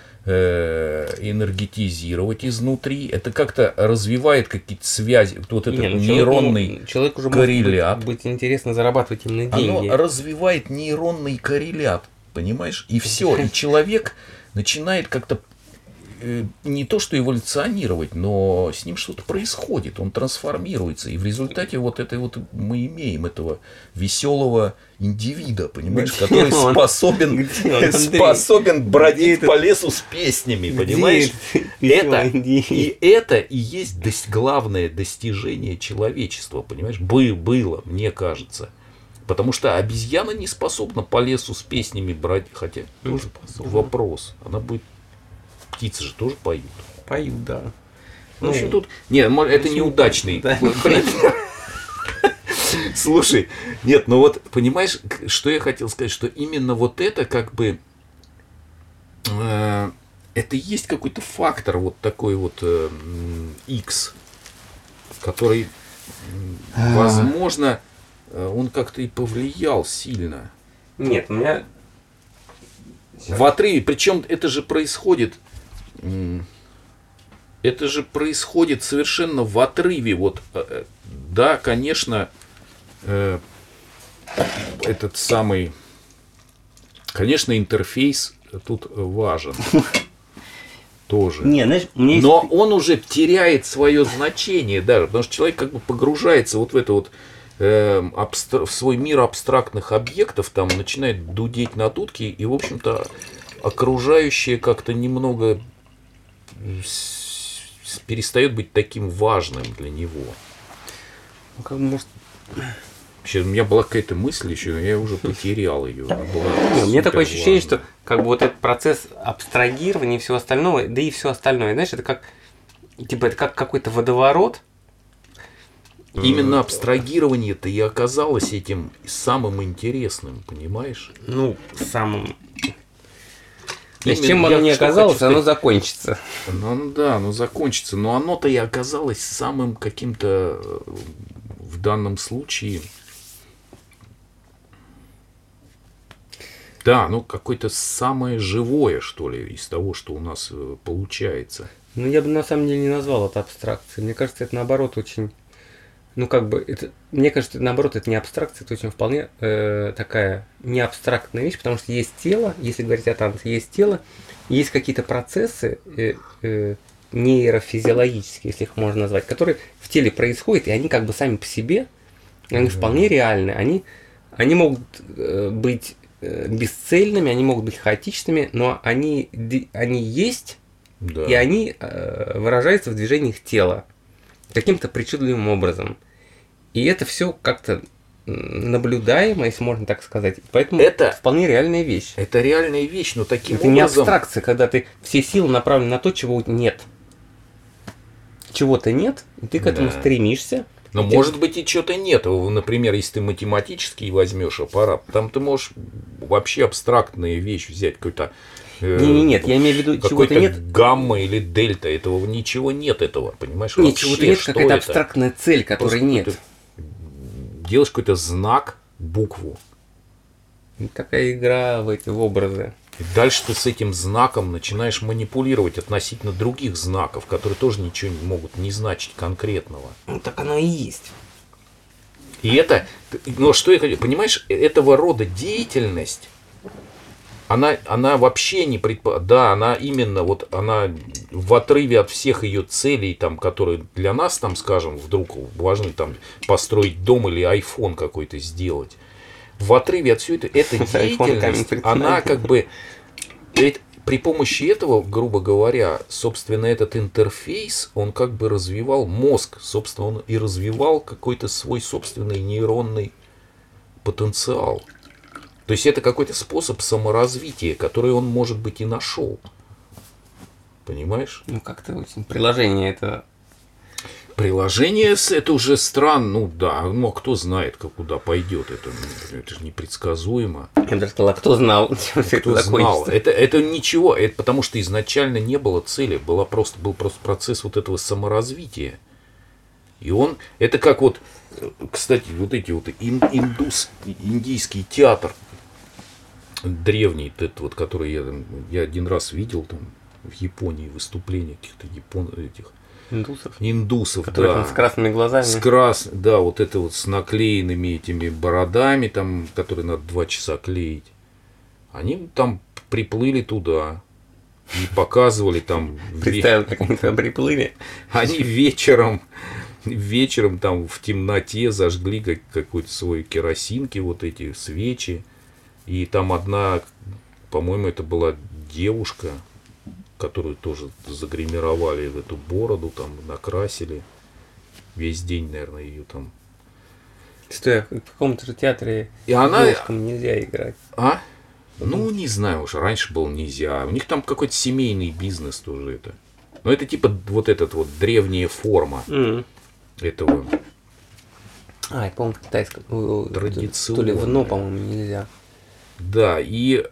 S2: энергетизировать изнутри. Это как-то развивает какие-то связи. Вот этот нейронный
S3: человек уже
S2: коррелят.
S3: Может быть интересно зарабатывать именно деньги.
S2: Оно развивает нейронный коррелят. Понимаешь? И все. И человек начинает как-то не то что эволюционировать, но с ним что-то происходит, он трансформируется, и в результате вот этой вот мы имеем этого веселого индивида, понимаешь, который способен бродить по лесу с песнями, понимаешь? Это и есть главное достижение человечества, понимаешь? Было, мне кажется. Потому что обезьяна не способна по лесу с песнями бродить, хотя тоже вопрос, она будет. Птицы же тоже поют.
S3: Поют, да.
S2: В общем, тут... Нет, это неудачный пример. Слушай, нет, понимаешь, что я хотел сказать, что именно вот это как бы... это и есть какой-то фактор вот такой вот X, который, возможно, он как-то и повлиял сильно.
S3: Нет, у меня...
S2: В отрыве, причем это же происходит совершенно в отрыве. Вот, да, конечно, этот самый, конечно, интерфейс тут важен. Тоже.
S3: Не, знаешь,
S2: но он уже теряет свое значение даже, потому что человек как бы погружается вот в это вот в свой мир абстрактных объектов, там начинает дудеть на дудке, и, в общем-то, окружающее как-то немного перестает быть таким важным для него.
S3: Может...
S2: Вообще, у меня была какая-то мысль еще, я уже потерял ее.
S3: У меня такое ощущение, что как бы вот этот процесс абстрагирования и всего остального, да и все остальное, знаешь, это как типа это как какой-то водоворот,
S2: Именно абстрагирование-то и оказалось этим самым интересным, понимаешь?
S3: Ну, самым...
S2: Именно
S3: Чем оно
S2: я
S3: не
S2: что
S3: оказалось,
S2: хочу
S3: оно
S2: сказать.
S3: закончится.
S2: Ну да, оно закончится. Но оно-то и оказалось самым каким-то в данном случае. Да, ну какое-то самое живое, что ли, из того, что у нас получается.
S3: Ну, я бы на самом деле не назвал это абстракцией. Мне кажется, это наоборот очень... Ну, как бы, это, мне кажется, наоборот, это не абстракция, это очень вполне такая не абстрактная вещь, потому что есть тело, если говорить о танце, есть тело, есть какие-то процессы нейрофизиологические, если их можно назвать, которые в теле происходят, и они как бы сами по себе, они вполне реальны, они могут быть бесцельными, они могут быть хаотичными, но они есть,
S2: Да.
S3: и они выражаются в движениях тела каким-то причудливым образом. И это все как-то наблюдаемо, если можно так сказать. Поэтому
S2: Это-
S3: вполне реальная вещь.
S2: Это реальная вещь, но таким
S3: Это не
S2: образом...
S3: абстракция, когда ты все силы направлены на то, чего нет. Чего-то нет, и ты к этому
S2: Да.
S3: стремишься.
S2: Но
S3: И ты-
S2: может быть и что-то нет. Например, если ты математический возьмешь аппарат, там ты можешь вообще абстрактные вещи взять, какой-то...
S3: Нет, я имею в виду, чего-то
S2: какой-то
S3: нет.
S2: гамма или дельта, этого ничего нет этого, понимаешь?
S3: Нет,
S2: Вообще,
S3: чего-то нет,
S2: что
S3: какая-то
S2: это?
S3: абстрактная цель, которой
S2: Просто
S3: нет.
S2: какой-то- Делаешь какой-то знак, букву,
S3: Такая игра в образы.
S2: и дальше ты с этим знаком начинаешь манипулировать относительно других знаков, которые тоже ничего не могут не значить конкретного.
S3: Ну, так оно и есть.
S2: И это, ну что я хочу, понимаешь, этого рода деятельность, она вообще не предполагает, да, она именно вот, она в отрыве от всех ее целей, там, которые для нас, там, скажем, вдруг важны, там, построить дом или айфон какой-то сделать. В отрыве от всего этого, эта
S3: iPhone
S2: деятельность,
S3: камень
S2: она как бы, при помощи этого, грубо говоря, собственно, этот интерфейс, он как бы развивал мозг, собственно, он и развивал какой-то свой собственный нейронный потенциал. То есть это какой-то способ саморазвития, который он, может быть, и нашел. Понимаешь?
S3: Ну, как-то очень приложение это...
S2: Приложение это уже странно, ну да, ну а кто знает, куда пойдет, это же непредсказуемо.
S3: Я бы даже сказал, а кто знал, чем все
S2: Кто
S3: это
S2: знал?
S3: закончится?
S2: Это ничего, это потому что изначально не было цели, был просто процесс вот этого саморазвития. И он, это как вот, кстати, вот эти вот индийский театр древний, этот вот, который я один раз видел там в Японии выступления каких-то этих индусов,
S3: Которые
S2: да.
S3: там с красными глазами.
S2: Да, вот это вот с наклеенными этими бородами, там, которые надо 2 часа клеить. Они там приплыли туда и показывали там...
S3: Представил, как они там приплыли.
S2: Они вечером там в темноте зажгли какой-то свой керосинки, вот эти свечи. И там одна, по-моему, это была девушка, которую тоже загримировали в эту бороду, там накрасили. Весь день, наверное, ее там.
S3: Стой, в каком-то же театре
S2: И она...
S3: девушкам нельзя играть.
S2: А? Ну, не знаю уж, раньше было нельзя. У них там какой-то семейный бизнес тоже это. Но это типа вот этот вот древняя форма этого.
S3: А, я помню, в китайском.
S2: Традиционная.
S3: То ли вино, по-моему, нельзя.
S2: Да, и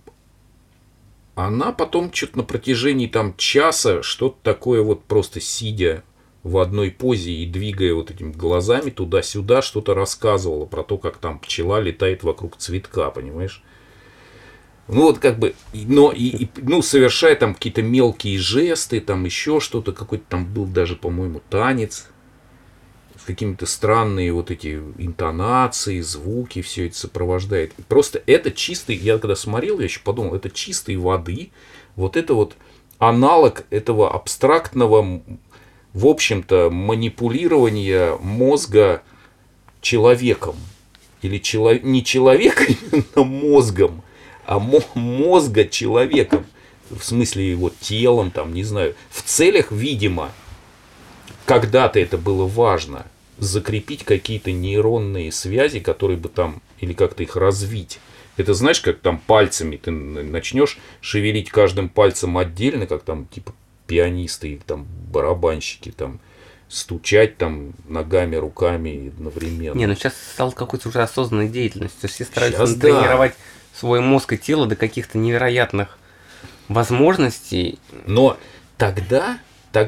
S2: она потом что-то на протяжении там часа что-то такое вот просто сидя в одной позе и двигая вот этими глазами туда-сюда, что-то рассказывала про то, как там пчела летает вокруг цветка, понимаешь? Ну вот как бы, ну совершая там какие-то мелкие жесты, там еще что-то, какой-то там был даже, по-моему, танец, с какими-то странные вот эти интонации, звуки, все это сопровождает. Просто это чистый, я когда смотрел, я еще подумал, это чистой воды, вот это вот аналог этого абстрактного, в общем-то, манипулирования мозга человеком. Или не человеком, но мозгом, а мозга человеком. В смысле его телом, там, не знаю. В целях, видимо, когда-то это было важно, закрепить какие-то нейронные связи, которые бы там, или как-то их развить. Это знаешь, как там пальцами ты начнешь шевелить каждым пальцем отдельно, как там типа пианисты или там барабанщики там стучать там ногами, руками одновременно.
S3: Не, ну сейчас стал какой-то уже осознанной деятельностью. То есть все стараются
S2: Сейчас
S3: тренировать свой мозг и тело до каких-то невероятных возможностей.
S2: Но тогда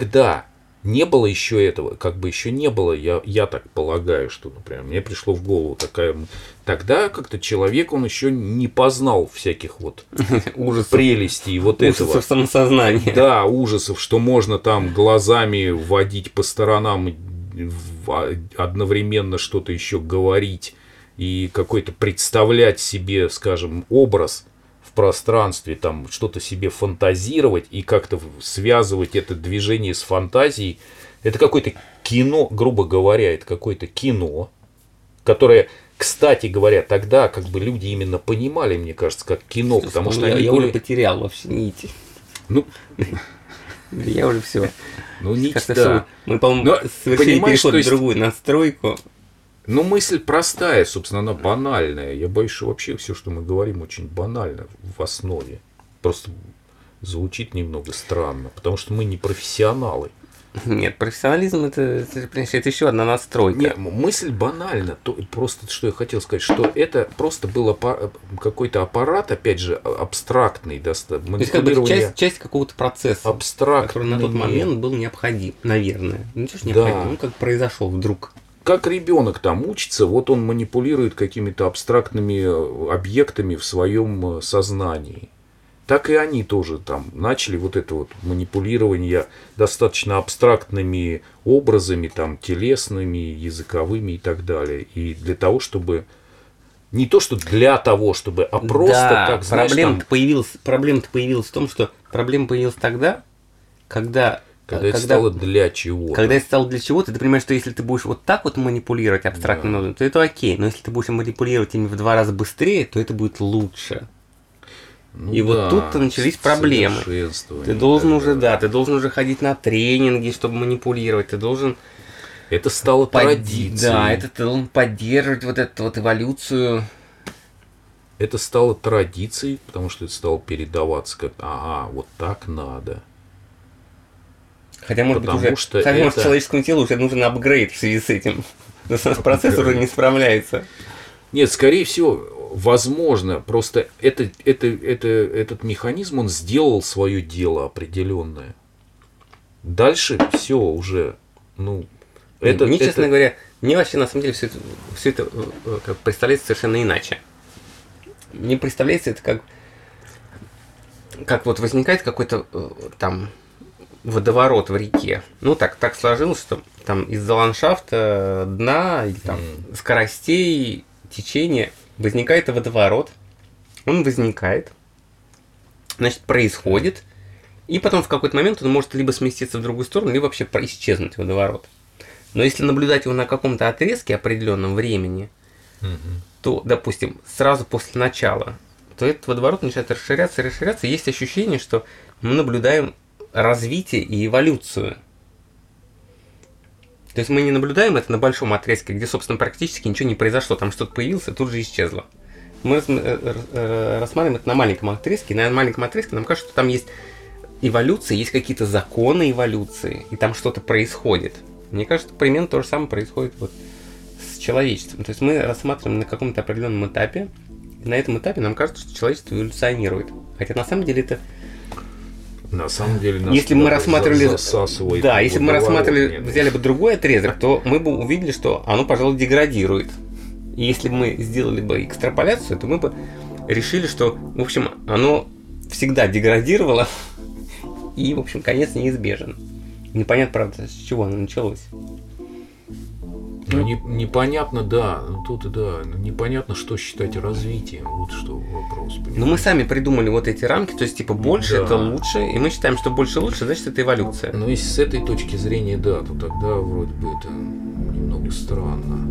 S2: не было еще этого, как бы еще не было, я так полагаю, что, например, мне пришло в голову такая... Тогда как-то человек, он еще не познал всяких вот прелестей вот этого.
S3: Ужасов самосознания.
S2: Да, ужасов, что можно там глазами водить по сторонам, одновременно что-то еще говорить и какой-то представлять себе, скажем, образ в пространстве, там что-то себе фантазировать и как-то связывать это движение с фантазией. Это какое-то кино, грубо говоря, это какое-то кино, которое, кстати говоря, тогда как бы люди именно понимали, мне кажется, как кино, потому что
S3: я уже потерял вообще нити.
S2: Ну,
S3: я уже все.
S2: Ну, нить, да.
S3: Мы, по-моему, совершили переход в другую настройку.
S2: Ну, мысль простая, собственно, она банальная. Я боюсь, что вообще все, что мы говорим, очень банально в основе. Просто звучит немного странно, потому что мы не профессионалы.
S3: Нет, профессионализм это еще одна настройка.
S2: Нет, мысль банальна. Просто что я хотел сказать, что это просто был какой-то аппарат, опять же, абстрактный,
S3: то есть как бы часть какого-то процесса,
S2: абстрактный,
S3: который на тот момент был необходим, наверное. Ну что ж необходим, он как произошел вдруг.
S2: Как ребенок там учится, вот он манипулирует какими-то абстрактными объектами в своем сознании. Так и они тоже там начали вот это вот манипулирование достаточно абстрактными образами, там, телесными, языковыми и так далее. И для того, чтобы... Не то, что для того, чтобы, а просто
S3: да,
S2: как, знаешь,
S3: проблема-то появилась в том, что проблема появилась тогда, когда
S2: это стало для чего-то.
S3: Когда это стало для чего-то, ты понимаешь, что если ты будешь вот так вот манипулировать абстрактным образом, то это окей. Но если ты будешь манипулировать ими в 2 раза быстрее, то это будет лучше.
S2: Ну,
S3: и вот тут-то начались проблемы. Ты должен уже ходить на тренинги, чтобы манипулировать. Ты должен...
S2: Это стало традицией.
S3: Да, ты должен поддерживать вот эту вот эволюцию.
S2: Это стало традицией, потому что это стало передаваться как, вот так надо.
S3: Хотя, может быть, может, человеческому телу уже нужен апгрейд в связи с этим. Процесс уже не справляется.
S2: Нет, скорее всего, возможно, просто этот механизм, он сделал свое дело определенное. Дальше все уже,
S3: честно говоря, мне вообще на самом деле все это представляется совершенно иначе. Мне представляется это как вот возникает какой-то там водоворот в реке. Ну, так сложилось, что там из-за ландшафта, дна, или там скоростей, течения возникает водоворот. Он возникает, значит, происходит, и потом в какой-то момент он может либо сместиться в другую сторону, либо вообще исчезнуть водоворот. Но если наблюдать его на каком-то отрезке определенном времени, то, допустим, сразу после начала, то этот водоворот начинает расширяться. И есть ощущение, что мы наблюдаем развитие и эволюцию. То есть мы не наблюдаем это на большом отрезке, где, собственно, практически ничего не произошло. Там что-то появилось, и тут же исчезло. Мы рассматриваем это на маленьком отрезке. И на маленьком отрезке нам кажется, что там есть эволюция, есть какие-то законы эволюции, и там что-то происходит. Мне кажется, примерно то же самое происходит вот с человечеством. То есть мы рассматриваем на каком-то определенном этапе, и на этом этапе нам кажется, что человечество эволюционирует. Хотя на самом деле это...
S2: На самом деле, нас
S3: если мы рассматривали,
S2: засасывает,
S3: взяли бы другой отрезок, то мы бы увидели, что оно, пожалуй, деградирует. И если бы мы сделали бы экстраполяцию, то мы бы решили, что, в общем, оно всегда деградировало, и, в общем, конец неизбежен. Непонятно, правда, с чего оно началось.
S2: Непонятно, да. Тут да. Непонятно, что считать развитием. Вот что вопрос.
S3: Но мы сами придумали вот эти рамки, то есть, типа, больше это лучше, и мы считаем, что больше лучше, значит, это эволюция.
S2: Но если с этой точки зрения, да, то тогда вроде бы это немного странно.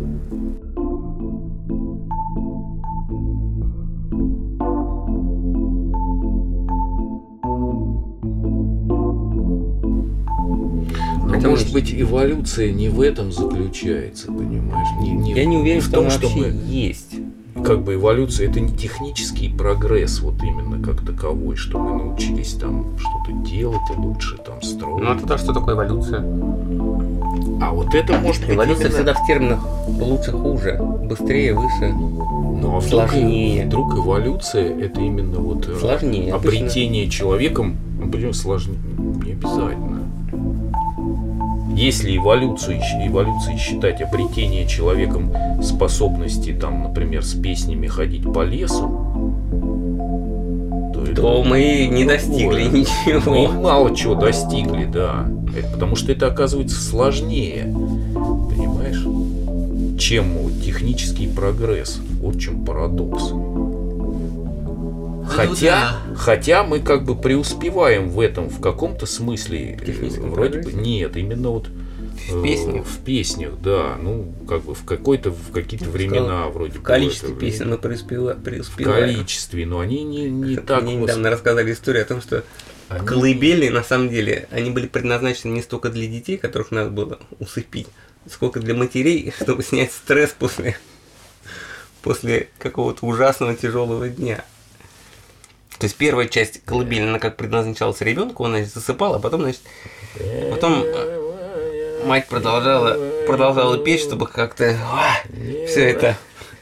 S2: Может быть, эволюция не в этом заключается, понимаешь?
S3: Я не уверен, что она вообще есть.
S2: Как бы эволюция — это не технический прогресс вот именно как таковой, что мы научились там что-то делать лучше, там строить.
S3: Ну а тогда что такое эволюция?
S2: А вот это может быть
S3: Эволюция
S2: именно...
S3: всегда в терминах лучше-хуже, быстрее, выше,
S2: Ну, а
S3: сложнее.
S2: Вдруг эволюция это именно вот
S3: Сложнее,
S2: обретение человеком, причем сложнее, не обязательно. Если эволюцией считать обретение человеком способности, там, например, с песнями ходить по лесу,
S3: то мы не достигли
S2: Мы
S3: ничего.
S2: мало чего достигли, да. Потому что это оказывается сложнее, понимаешь, чем технический прогресс. Вот в чем парадокс. Хотя мы как бы преуспеваем в этом в каком-то смысле. Вроде бы нет, именно вот в песнях, да. Ну, как бы в какие-то времена вроде бы.
S3: В количестве песен мы преуспеваем.
S2: В количестве, но они не так.
S3: Мне недавно рассказали историю о том, что колыбельные, на самом деле, они были предназначены не столько для детей, которых надо было усыпить, сколько для матерей, чтобы снять стресс после какого-то ужасного тяжелого дня. То есть первая часть колыбели, она как предназначалась ребенку, он, значит, засыпал, а потом мать продолжала петь, чтобы как-то все это...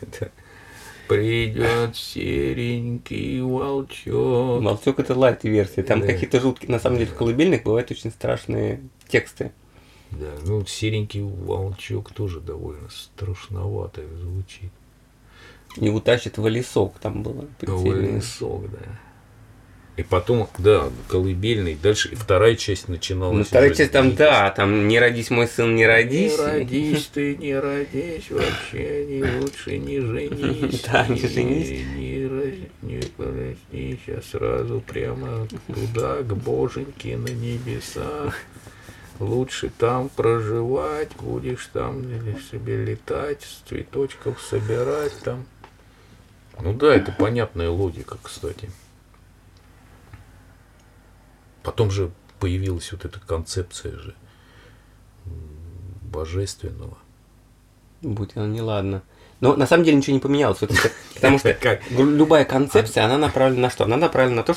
S2: Придет серенький волчок.
S3: Волчок — это лайт-версия. Там какие-то жуткие... На самом деле в колыбельных бывают очень страшные тексты.
S2: Да, ну серенький волчок тоже довольно страшновато звучит.
S3: И утащит в лесок, там было.
S2: В лесок, да. И потом, да, колыбельный, дальше вторая часть начиналась.
S3: Ну, вторая часть там, да, там «Не родись, мой сын, не родись».
S2: Не родись ты, не родись, вообще не лучше не женись.
S3: Да, не женись.
S2: Не проснись, а сразу прямо туда, к боженьке на небесах. Лучше там проживать, будешь там себе летать, с цветочков собирать там. Ну да, это понятная логика, кстати. Потом же появилась вот эта концепция же божественного.
S3: Будь оно неладно. Но на самом деле ничего не поменялось. Потому что любая концепция, она направлена на что? Она направлена на то,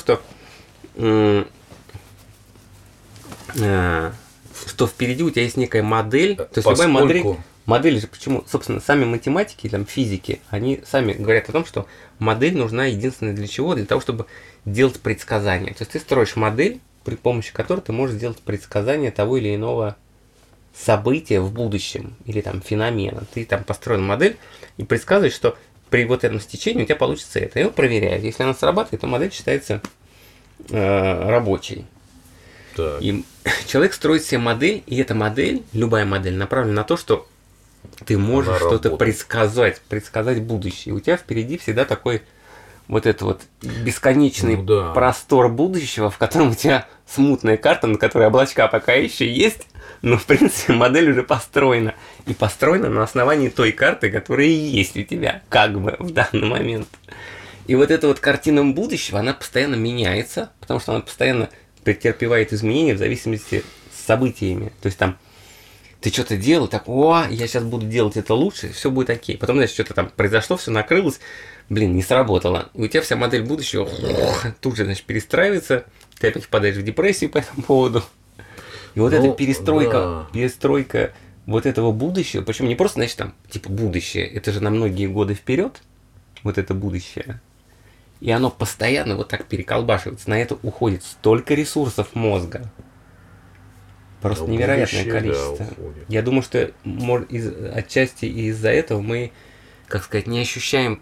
S3: что впереди у тебя есть некая модель. То есть любая модель же, почему, собственно, сами математики, там, физики, они сами говорят о том, что модель нужна единственное для чего? Для того, чтобы делать предсказания. То есть ты строишь модель, при помощи которой ты можешь сделать предсказание того или иного события в будущем, или там феномена. Ты там построил модель и предсказываешь, что при вот этом стечении у тебя получится это. И его проверяют. Если она срабатывает, то модель считается рабочей.
S2: Так.
S3: И человек строит себе модель, и эта модель, любая модель, направлена на то, что ты можешь что-то предсказать будущее. И у тебя впереди всегда такой вот этот вот бесконечный простор будущего, в котором у тебя смутная карта, на которой облачка пока еще есть, но, в принципе, модель уже построена. И построена на основании той карты, которая и есть у тебя, как бы, в данный момент. И вот эта вот картина будущего, она постоянно меняется, потому что она постоянно претерпевает изменения в зависимости с событиями. То есть там ты что-то делал, так, я сейчас буду делать это лучше, все будет окей. Потом, значит, что-то там произошло, все накрылось, не сработало. И у тебя вся модель будущего тут же, значит, перестраивается, ты опять впадаешь в депрессию по этому поводу. И вот эта перестройка вот этого будущего, причем не просто, значит, там, типа, будущее, это же на многие годы вперед, вот это будущее. И оно постоянно вот так переколбашивается. На это уходит столько ресурсов мозга. Просто невероятное количество. Я думаю, что отчасти из-за этого мы, как сказать, не ощущаем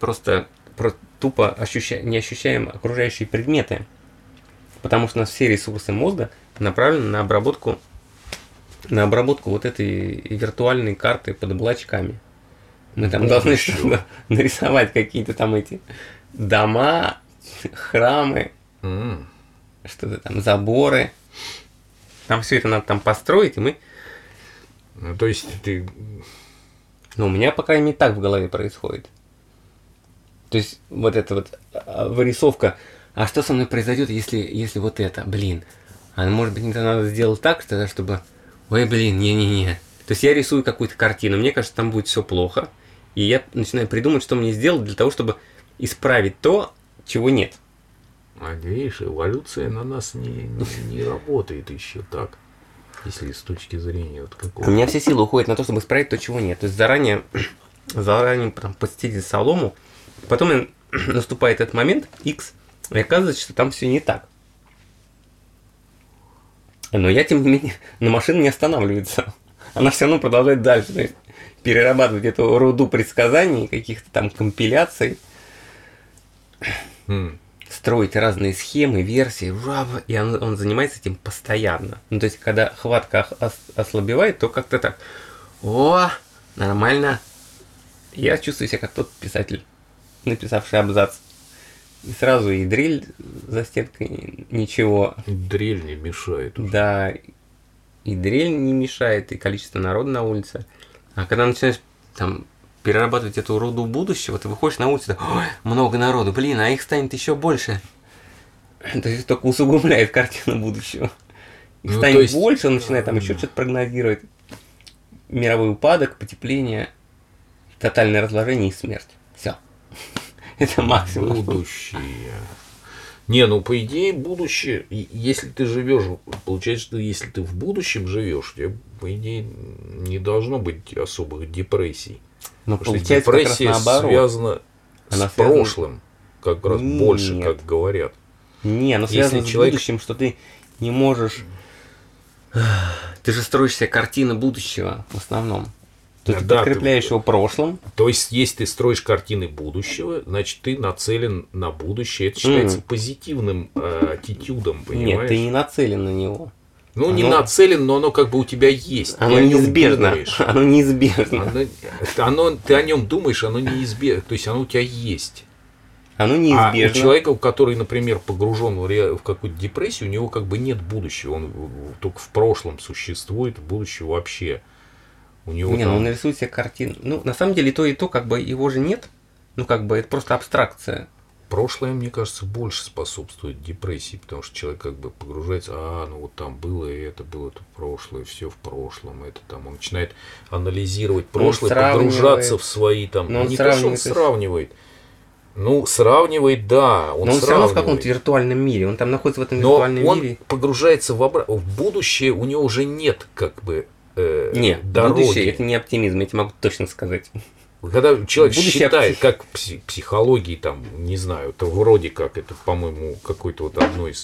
S3: не ощущаем окружающие предметы. Потому что у нас все ресурсы мозга направлены на обработку вот этой виртуальной карты под облачками. Мы там должны нарисовать какие-то там эти дома, храмы, что-то там, заборы. Там все это надо там построить, и мы...
S2: Ну, то есть ты...
S3: Ну, у меня, по крайней мере, так в голове происходит. То есть вот эта вот вырисовка, а что со мной произойдет, если вот это, а может быть, надо сделать так, чтобы... не-не-не. То есть я рисую какую-то картину, мне кажется, там будет все плохо, и я начинаю придумать, что мне сделать для того, чтобы исправить то, чего нет.
S2: А видишь, эволюция на нас не работает еще так. Если с точки зрения вот
S3: У
S2: какого-то...
S3: меня все силы уходят на то, чтобы исправить то, чего нет. То есть заранее там, подстелить солому, потом наступает этот момент, X, и оказывается, что там все не так. Но я, тем не менее, на машине не останавливается. Она все равно продолжает дальше. То есть, перерабатывать эту руду предсказаний, каких-то там компиляций, строить разные схемы, версии, и он занимается этим постоянно. Ну, то есть, когда хватка ослабевает, то как-то так. О, нормально. Я чувствую себя как тот писатель, написавший абзац. И сразу и дрель за стенкой, ничего.
S2: Дрель не мешает уже.
S3: Да, и дрель не мешает, и количество народа на улице. А когда начинаешь там перерабатывать эту руду будущего, ты выходишь на улицу, ой, много народу, блин, а их станет еще больше. То есть только усугубляет картину будущего. Их станет больше, он начинает там еще что-то прогнозировать. Мировой упадок, потепление, тотальное разложение и смерть. Все. Это максимум.
S2: Будущее. Не, ну по идее будущее, если ты живешь, получается, что если ты в будущем живешь, у тебя, по идее, не должно быть особых депрессий.
S3: Но
S2: потому
S3: получается,
S2: что депрессия
S3: как раз наоборот.
S2: связана с прошлым, как раз больше, как говорят.
S3: Не, оно связано с будущим, что ты не можешь... Ты же строишь себе картины будущего в основном. То есть ты подкрепляешь его прошлым.
S2: То есть, если ты строишь картины будущего, значит, ты нацелен на будущее. Это считается позитивным аттитюдом, понимаешь?
S3: Нет, ты не нацелен на него.
S2: Ну, не нацелен, но оно как бы у тебя есть.
S3: Оно неизбежно. Оно неизбежно.
S2: Ты о нем думаешь, оно неизбежно. То есть, оно у тебя есть.
S3: Оно неизбежно.
S2: А у человека, который, например, погружен в какую-то депрессию, у него как бы нет будущего. Он только в прошлом существует, будущего вообще. У него
S3: не,
S2: там...
S3: ну он рисует себе картину. Ну, на самом деле, и то, как бы его же нет. Ну, как бы, это просто абстракция.
S2: Прошлое, мне кажется, больше способствует депрессии, потому что человек как бы погружается, ну вот там было это прошлое, все в прошлом, это там. Он начинает анализировать прошлое, погружаться в свои там...
S3: Но он
S2: не то, что он сравнивает. Ну, сравнивает, да.
S3: Но он все равно в каком-то виртуальном мире. Он там находится в этом виртуальном мире.
S2: Он погружается в будущее, у него уже нет как бы
S3: нет,
S2: дороги.
S3: будущее это не оптимизм, я тебе могу точно сказать.
S2: Когда человек считает, как психологии, там, не знаю, это вроде как, это, по-моему, какой-то вот одно из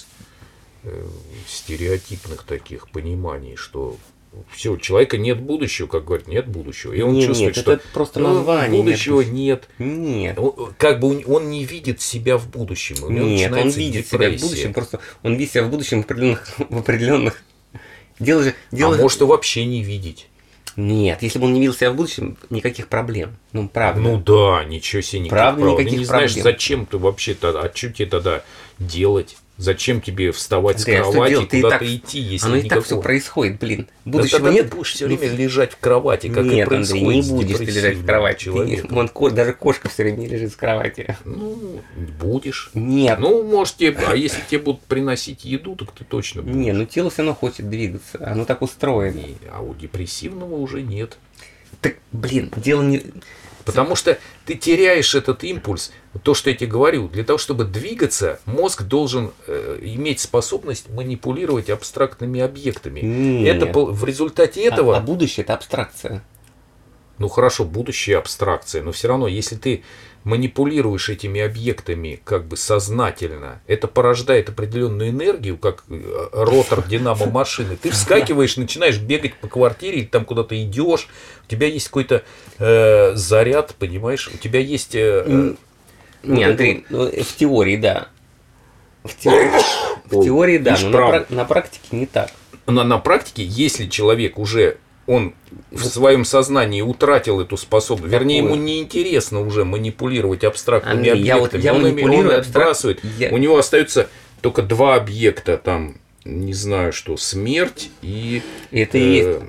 S2: стереотипных таких пониманий, что все, у человека нет будущего, как говорят, нет будущего. И он чувствует, что
S3: это просто название.
S2: Будущего нет.
S3: Нет.
S2: Как бы он не видит себя в будущем.
S3: Нет, он видит себя в будущем, просто он видит себя в будущем в определенных... Дело
S2: может и вообще не видеть.
S3: Нет, если бы он не видел себя в будущем, никаких проблем. Ну, правда.
S2: Ну да, ничего себе, никаких
S3: проблем.
S2: Ты не знаешь, зачем ты вообще тогда, а что тебе тогда делать? Зачем тебе вставать с кровати, куда-то идти, если
S3: оно
S2: никакого...
S3: и так все происходит, блин. Будущего
S2: да
S3: нет.
S2: Ты будешь все время лежать в кровати, как
S3: нет,
S2: и происходит.
S3: Андрей, не будешь ты лежать в кровати. Даже кошка все время лежит в кровати.
S2: Ну, будешь.
S3: Нет.
S2: Ну, может, а если тебе будут приносить еду, так ты точно будешь.
S3: Не, ну тело все равно хочет двигаться. Оно так устроено.
S2: А у депрессивного уже нет.
S3: Так, блин, дело не...
S2: Потому что ты теряешь этот импульс, то, что я тебе говорю. Для того, чтобы двигаться, мозг должен иметь способность манипулировать абстрактными объектами.
S3: Нет.
S2: Это в результате этого...
S3: А будущее – это абстракция.
S2: Ну хорошо, будущее абстракция, но все равно, если ты манипулируешь этими объектами как бы сознательно, это порождает определенную энергию, как ротор динамо-машины. Ты вскакиваешь, начинаешь бегать по квартире, или там куда-то идешь, у тебя есть какой-то заряд, понимаешь, у тебя есть...
S3: Не, Андрей, в теории, да. В теории, да, но на практике не так.
S2: На практике, если человек уже... Он в своем сознании утратил эту способность. Вернее, ему неинтересно уже манипулировать абстрактными объектами. Он отбрасывает. У него остаются только два объекта. Там, не знаю что, смерть и...
S3: Это и есть.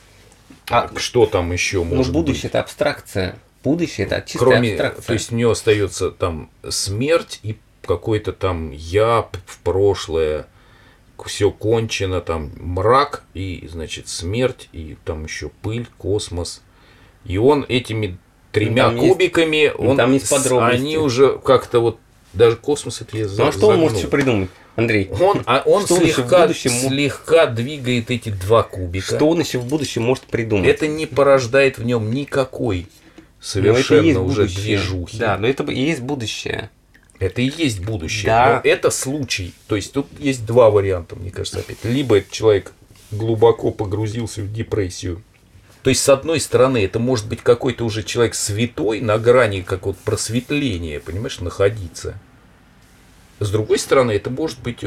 S2: Что там еще может быть?
S3: Ну, будущее – это абстракция. Будущее – это чистая абстракция.
S2: То есть, у него остается там смерть и какой-то там я в прошлое. Все кончено, там мрак, и, значит, смерть, и там еще пыль, космос. И он этими тремя кубиками,
S3: там есть подробности.
S2: Они уже как-то вот, даже космос это я
S3: загнул. Ну а что он может еще придумать? Андрей,
S2: Он
S3: что он еще в будущем
S2: слегка двигает эти два кубика.
S3: что он еще в будущем может придумать?
S2: Это не порождает в нем никакой совершенно уже движухи.
S3: Да, но это и есть будущее.
S2: Это и есть будущее.
S3: Да.
S2: Но это случай. То есть тут есть два варианта, мне кажется, опять. Либо этот человек глубоко погрузился в депрессию. То есть, с одной стороны, это может быть какой-то уже человек святой, на грани какого-то просветления, понимаешь, находиться. С другой стороны, это может быть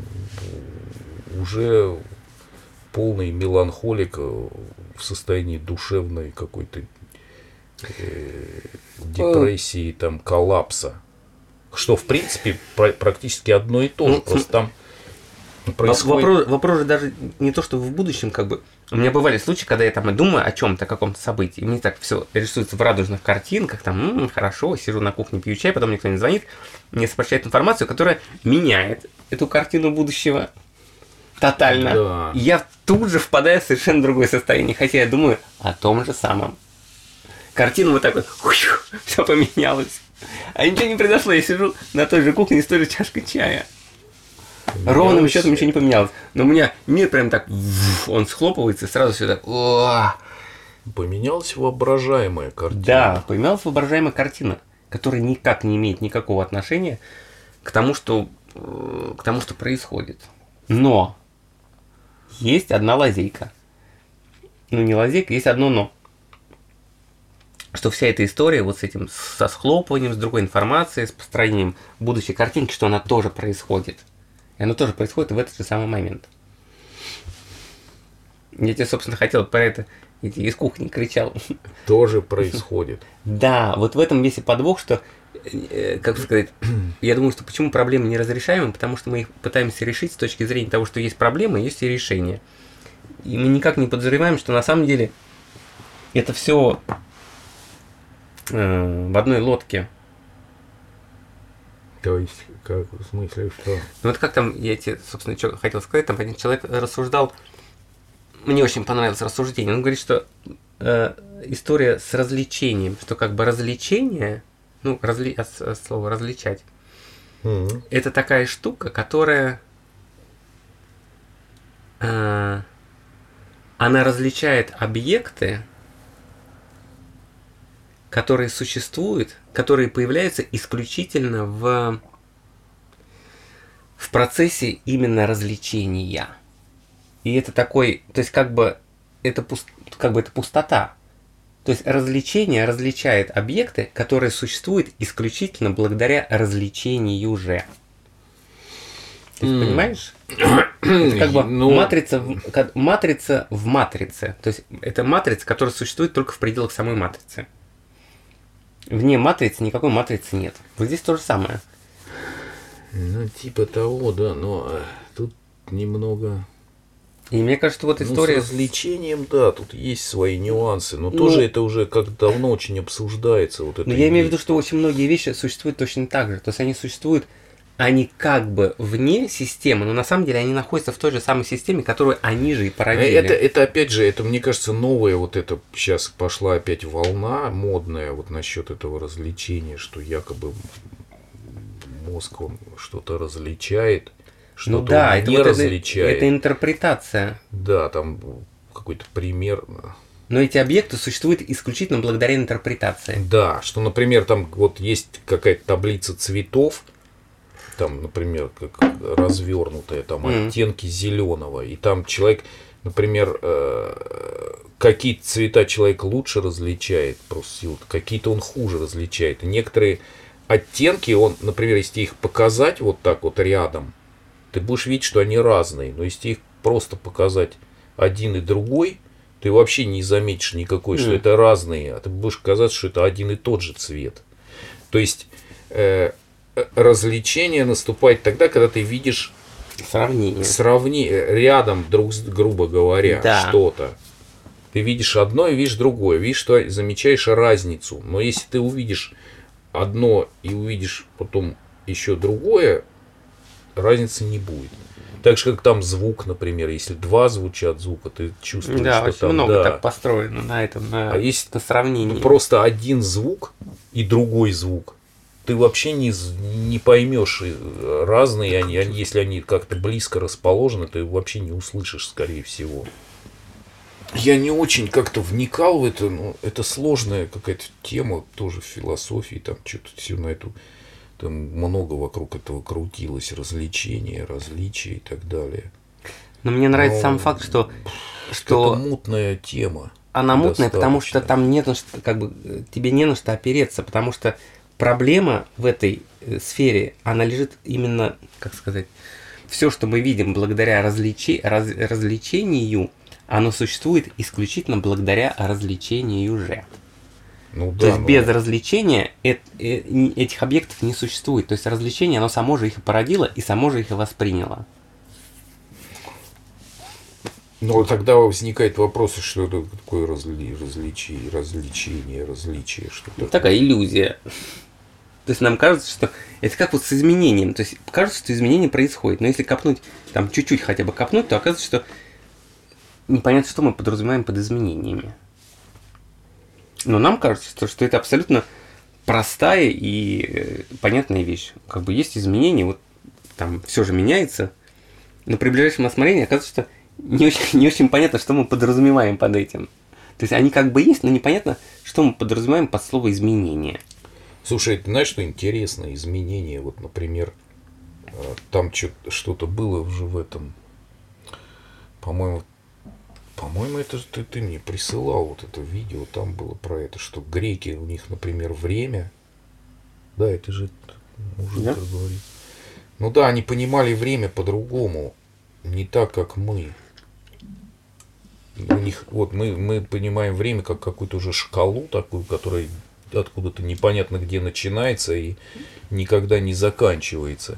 S2: уже полный меланхолик в состоянии душевной какой-то депрессии, там, коллапса. Что, в принципе, практически одно и то же. Просто там происходит...
S3: Вопрос же даже не то, что в будущем, как бы. У меня бывали случаи, когда я там и думаю о чем-то, о каком-то событии, и мне так все рисуется в радужных картинках, там, хорошо, сижу на кухне, пью чай, потом мне кто-нибудь звонит, мне сообщает информацию, которая меняет эту картину будущего тотально.
S2: Да.
S3: И я тут же впадаю в совершенно другое состояние, хотя я думаю о том же самом. Картина вот так вот, все поменялось. А ничего не произошло, я сижу на той же кухне с той же чашкой чая. Ровным счетом ничего не поменялось. Но у меня мир прям так, он схлопывается, и сразу все так.
S2: Поменялась воображаемая картина.
S3: Да, поменялась воображаемая картина, которая никак не имеет никакого отношения к тому, что происходит. Но есть одна лазейка. Ну, не лазейка, есть одно но. Что вся эта история вот с этим, со схлопыванием, с другой информацией, с построением будущей картинки, что она тоже происходит. И оно тоже происходит в этот же самый момент. Я тебе, собственно, хотел про это, я тебе из кухни кричал.
S2: Тоже происходит.
S3: Да, вот в этом весь и подвох, что, как сказать, я думаю, что почему проблемы неразрешаемы, потому что мы их пытаемся решить с точки зрения того, что есть проблемы, есть и решения. И мы никак не подозреваем, что на самом деле это все в одной лодке.
S2: То есть, как в смысле, что?
S3: Ну вот как там, я тебе, собственно, что хотел сказать, там один человек рассуждал, мне очень понравилось рассуждение, он говорит, что история с развлечением, что как бы развлечение, ну, от слова различать, это такая штука, которая, она различает объекты, которые существуют, которые появляются исключительно в процессе именно развлечения. И это такой, то есть как бы это пустота. То есть развлечение различает объекты, которые существуют исключительно благодаря развлечению же. Ты понимаешь? Это как бы матрица в матрице. То есть это матрица, которая существует только в пределах самой матрицы. Вне матрицы никакой матрицы нет. Вот здесь то же самое.
S2: Ну, типа того, да, но тут немного...
S3: И мне кажется, вот история...
S2: с развлечением, да, тут есть свои нюансы, но тоже это уже как давно очень обсуждается. Вот
S3: но я имею в виду, что очень многие вещи существуют точно так же. То есть они существуют, они как бы вне системы, но на самом деле они находятся в той же самой системе, которую они же и породили.
S2: Это опять же, это, мне кажется, новая вот это, сейчас пошла опять волна модная вот насчет этого развлечения, что якобы мозг он что-то различает, что-то
S3: ну да,
S2: он не различает.
S3: Это интерпретация.
S2: Да, там какой-то пример.
S3: Но эти объекты существуют исключительно благодаря интерпретации.
S2: Да, что, например, там вот есть какая-то таблица цветов, там, например, как развернутая, там оттенки зеленого, и там человек, например, какие-то цвета человек лучше различает, просто какие-то он хуже различает. И некоторые оттенки, он, например, если их показать вот так вот рядом, ты будешь видеть, что они разные, но если их просто показать один и другой, ты вообще не заметишь никакой, что это разные, а ты будешь казаться, что это один и тот же цвет. То есть развлечение наступает тогда, когда ты видишь сравнение рядом друг с, грубо говоря, что-то. Ты видишь одно и видишь другое, видишь, что замечаешь разницу. Но если ты увидишь одно и увидишь потом еще другое, разницы не будет. Так же, как там звук, например, если два звучат звука, ты чувствуешь,
S3: да,
S2: что
S3: очень
S2: там...
S3: много так построено на этом, на
S2: если
S3: сравнении.
S2: просто один звук и другой звук, ты вообще не поймешь, разные они, если они как-то близко расположены, ты вообще не услышишь, скорее всего. Я не очень как-то вникал в это, но это сложная какая-то тема, тоже в философии, там что-то все на эту, там много вокруг этого крутилось, развлечения, различия и так далее.
S3: Но мне нравится сам факт, что
S2: это мутная тема.
S3: Она мутная, потому что там нет, как бы, тебе не на что опереться, потому что проблема в этой сфере, она лежит именно, как сказать, все, что мы видим благодаря развлечению, оно существует исключительно благодаря развлечению же.
S2: Ну, да,
S3: то есть без развлечения этих объектов не существует. То есть развлечение, оно само же их и породило, и само же их и восприняло.
S2: Но тогда возникает вопрос, что это такое развлечение, что
S3: это такая иллюзия. То есть нам кажется, что это как вот с изменением. То есть кажется, что изменение происходит. Но если копнуть, там чуть-чуть хотя бы копнуть, то оказывается, что непонятно, что мы подразумеваем под изменениями. Но нам кажется, что это абсолютно простая и понятная вещь. Как бы есть изменения, вот там все же меняется. Но при ближайшем осмотрении оказывается, что не очень понятно, что мы подразумеваем под этим. То есть они как бы есть, но непонятно, что мы подразумеваем под слово изменение.
S2: Слушай, ты знаешь, что интересно? Изменения, вот, например, там что-то было уже в этом, по-моему, это ты мне присылал вот это видео, там было про это, что греки, у них, например, время, да, это же мужик говорит. Ну да, они понимали время по-другому, не так, как мы. У них, вот мы понимаем время как какую-то уже шкалу такую, которая откуда-то непонятно где начинается и никогда не заканчивается.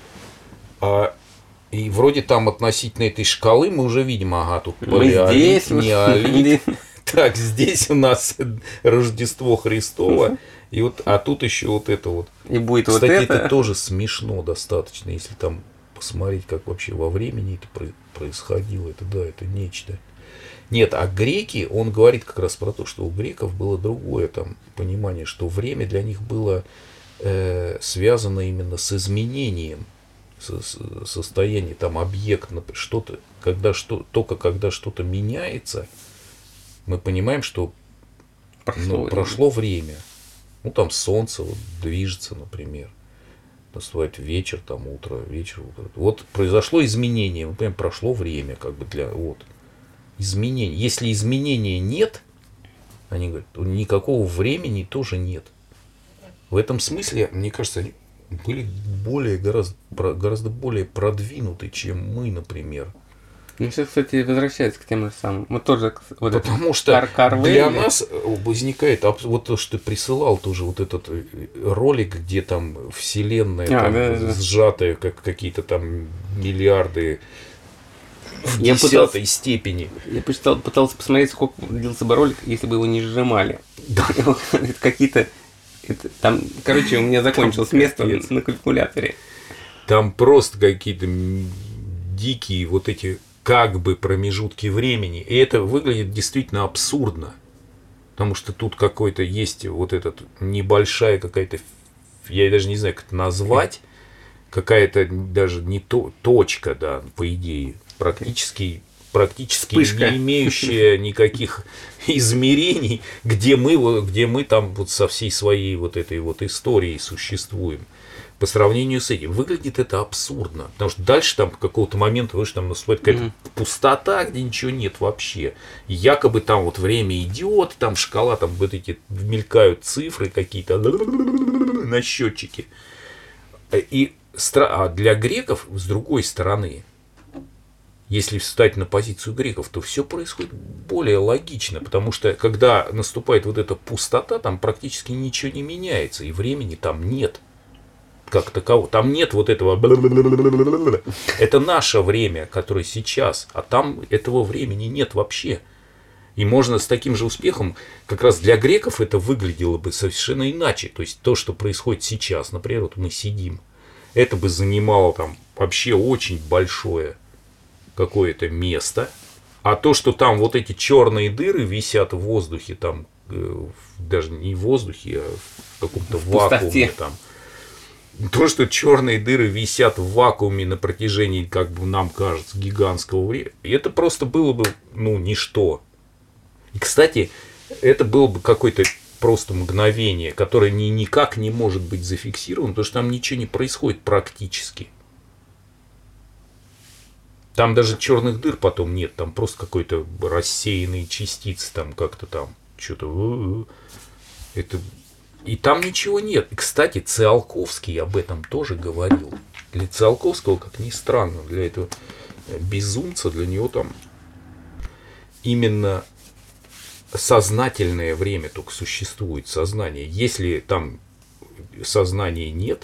S2: И вроде там относительно этой шкалы мы уже видим, ага, тут палеолит, неолит. Так, здесь у нас Рождество Христово. И вот, а тут еще вот это вот.
S3: И будет.
S2: Кстати,
S3: вот
S2: это тоже смешно достаточно, если там посмотреть, как вообще во времени это происходило. Это да, это нечто. Нет, а греки, он говорит как раз про то, что у греков было другое там понимание, что время для них было связано именно с изменением состояния, там объект, что-то, только когда что-то меняется, мы понимаем, что прошло время. Ну, там солнце вот движется, например. Наступает вечер, там утро, вечер, утро. Вот произошло изменение, мы понимаем, прошло время, как бы для изменений. Если изменения нет, они говорят, никакого времени тоже нет. В этом смысле, мне кажется, они были гораздо более продвинуты, чем мы, например.
S3: Ну, сейчас, кстати, возвращается к тем же самым. Мы тоже вот
S2: потому что для нас возникает вот то, что ты присылал тоже вот этот ролик, где там вселенная сжатая, как какие-то там миллиарды в 10-й степени.
S3: Я пытался посмотреть, сколько длился бы ролик, если бы его не сжимали.
S2: Да.
S3: Какие-то там, короче, у меня закончилось место на калькуляторе.
S2: Там просто какие-то дикие вот эти как бы промежутки времени. И это выглядит действительно абсурдно. Потому что тут какой-то есть вот этот небольшая какая-то, я даже не знаю, как это назвать, какая-то даже не точка, да, по идее, практически
S3: вспышка,
S2: не имеющая никаких измерений, где мы там вот со всей своей вот этой вот историей существуем. По сравнению с этим выглядит это абсурдно, потому что дальше там какого-то момента там наступает какая-то пустота, где ничего нет вообще. И якобы там вот время идет, там шкала, там вот эти мелькают цифры какие-то на счетчике. А для греков, с другой стороны, если встать на позицию греков, то все происходит более логично, потому что когда наступает вот эта пустота, там практически ничего не меняется, и времени там нет. Как такового. Там нет вот этого. Это наше время, которое сейчас, а там этого времени нет вообще. И можно с таким же успехом, как раз для греков это выглядело бы совершенно иначе. То есть то, что происходит сейчас, например, вот мы сидим, это бы занимало там вообще очень большое какое-то место. А то, что там вот эти черные дыры висят в воздухе, там даже не в воздухе, а в каком-то вакууме там. то, что черные дыры висят в вакууме на протяжении, как бы нам кажется, гигантского времени, это просто было бы, ничто. И, кстати, это было бы какое-то просто мгновение, которое никак не может быть зафиксировано, потому что там ничего не происходит практически. Там даже черных дыр потом нет, там просто какой-то рассеянные частицы, там как-то там что-то... Это... И там ничего нет. И, кстати, Циолковский об этом тоже говорил. Для Циолковского, как ни странно, для этого безумца, для него там именно сознательное время только существует, сознание. Если там сознания нет,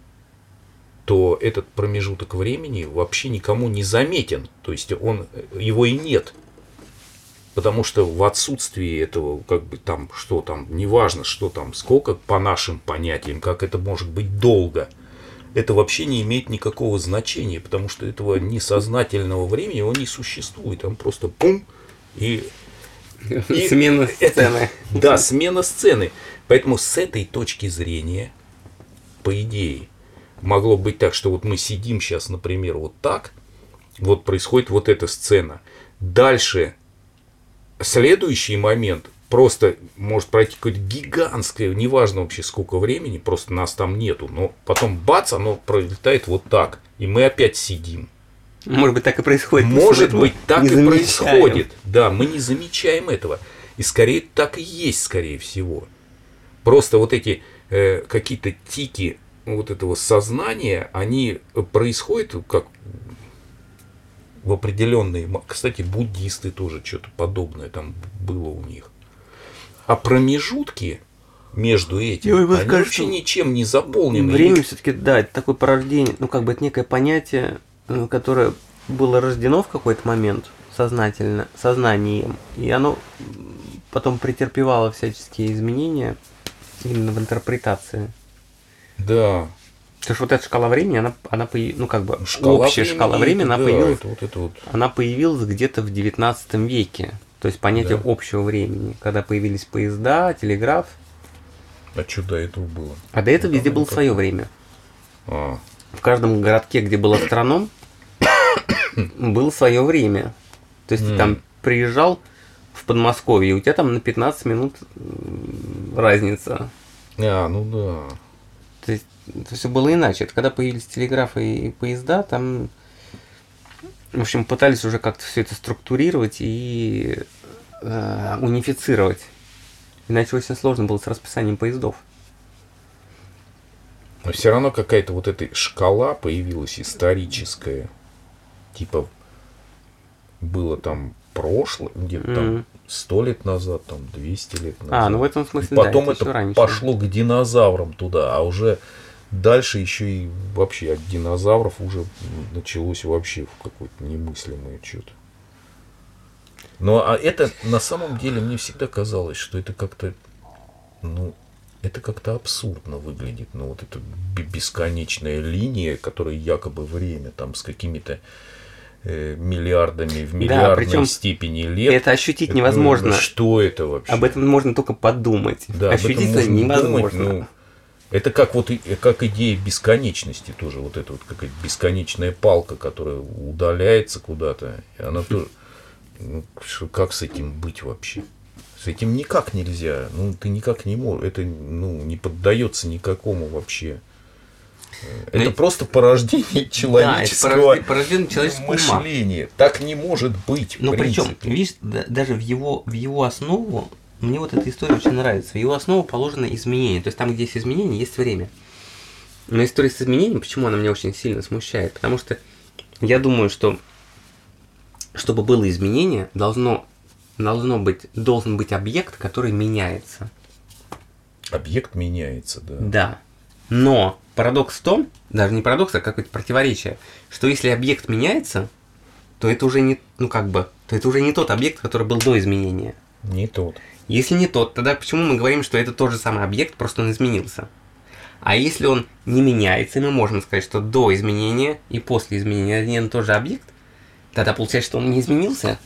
S2: то этот промежуток времени вообще никому не заметен. То есть его и нет. Потому что в отсутствии этого, как бы там, что там, неважно, что там, сколько по нашим понятиям, как это может быть долго, это вообще не имеет никакого значения, потому что этого несознательного времени его не существует. Там просто пум и
S3: смена сцены.
S2: Да, смена сцены. Поэтому с этой точки зрения, по идее, могло быть так, что вот мы сидим сейчас, например, вот так, вот происходит вот эта сцена. Дальше следующий момент просто может пройти какое-то гигантское, неважно вообще сколько времени, просто нас там нету, но потом бац, оно пролетает вот так, и мы опять сидим.
S3: Может быть, так и происходит.
S2: Может быть, так и происходит. Да, мы не замечаем этого. И скорее так и есть, скорее всего. Просто вот эти какие-то тики вот этого сознания, они происходят как в определенные... Кстати, буддисты тоже что-то подобное там было у них. А промежутки между этим, они вообще ничем не заполнены.
S3: Время все-таки, да, это такое порождение, это некое понятие, которое было рождено в какой-то момент сознанием, и оно потом претерпевало всяческие изменения именно в интерпретации.
S2: Да.
S3: Потому что вот эта шкала времени, она общая шкала времени, она появилась, она появилась где-то в 19 веке. То есть понятие общего времени, когда появились поезда, телеграф.
S2: А что до этого было?
S3: А до этого везде было свое время. В каждом городке, где был астроном, было свое время. То есть ты там приезжал в Подмосковье, и у тебя там на 15 минут разница.
S2: Ну да.
S3: То есть это все было иначе. Это когда появились телеграфы и поезда, там, в общем, пытались уже как-то все это структурировать и унифицировать. Иначе очень сложно было с расписанием поездов.
S2: Но все равно какая-то вот эта шкала появилась историческая. Типа было там прошлое, где-то там 100 лет назад, там 200 лет назад.
S3: В этом смысле,
S2: и потом
S3: да,
S2: это пошло к динозаврам туда, а уже дальше еще и вообще от динозавров уже началось вообще в какое-то немыслимое что-то. А это на самом деле мне всегда казалось, что это как-то, это как-то абсурдно выглядит. Вот эта бесконечная линия, которая якобы время там с какими-то миллиардами в миллиардной степени лет.
S3: Это ощутить невозможно.
S2: Что это вообще?
S3: Об этом можно только подумать.
S2: Да,
S3: ощутить это невозможно.
S2: Это как идея бесконечности тоже. Вот эта вот какая-то бесконечная палка, которая удаляется куда-то. И она тоже... как с этим быть вообще? С этим никак нельзя. Ты никак не можешь. Это не поддается никакому вообще. Это просто порождение человеческого мышления. Так не может быть.
S3: Но причем, видишь, даже в его основу, мне вот эта история очень нравится. В его основу положено изменение. То есть там, где есть изменение, есть время. Но история с изменением, почему она меня очень сильно смущает? Потому что я думаю, что чтобы было изменение, должен быть объект, который меняется.
S2: Объект меняется, да.
S3: Да. Но парадокс в том, даже не парадокс, а какое-то противоречие, что если объект меняется, то это уже не, то это уже не тот объект, который был до изменения.
S2: Не тот.
S3: Если не тот, тогда почему мы говорим, что это тот же самый объект, просто он изменился? А если он не меняется, мы можем сказать, что до изменения и после изменения один и тот же объект, тогда получается, что он не изменился.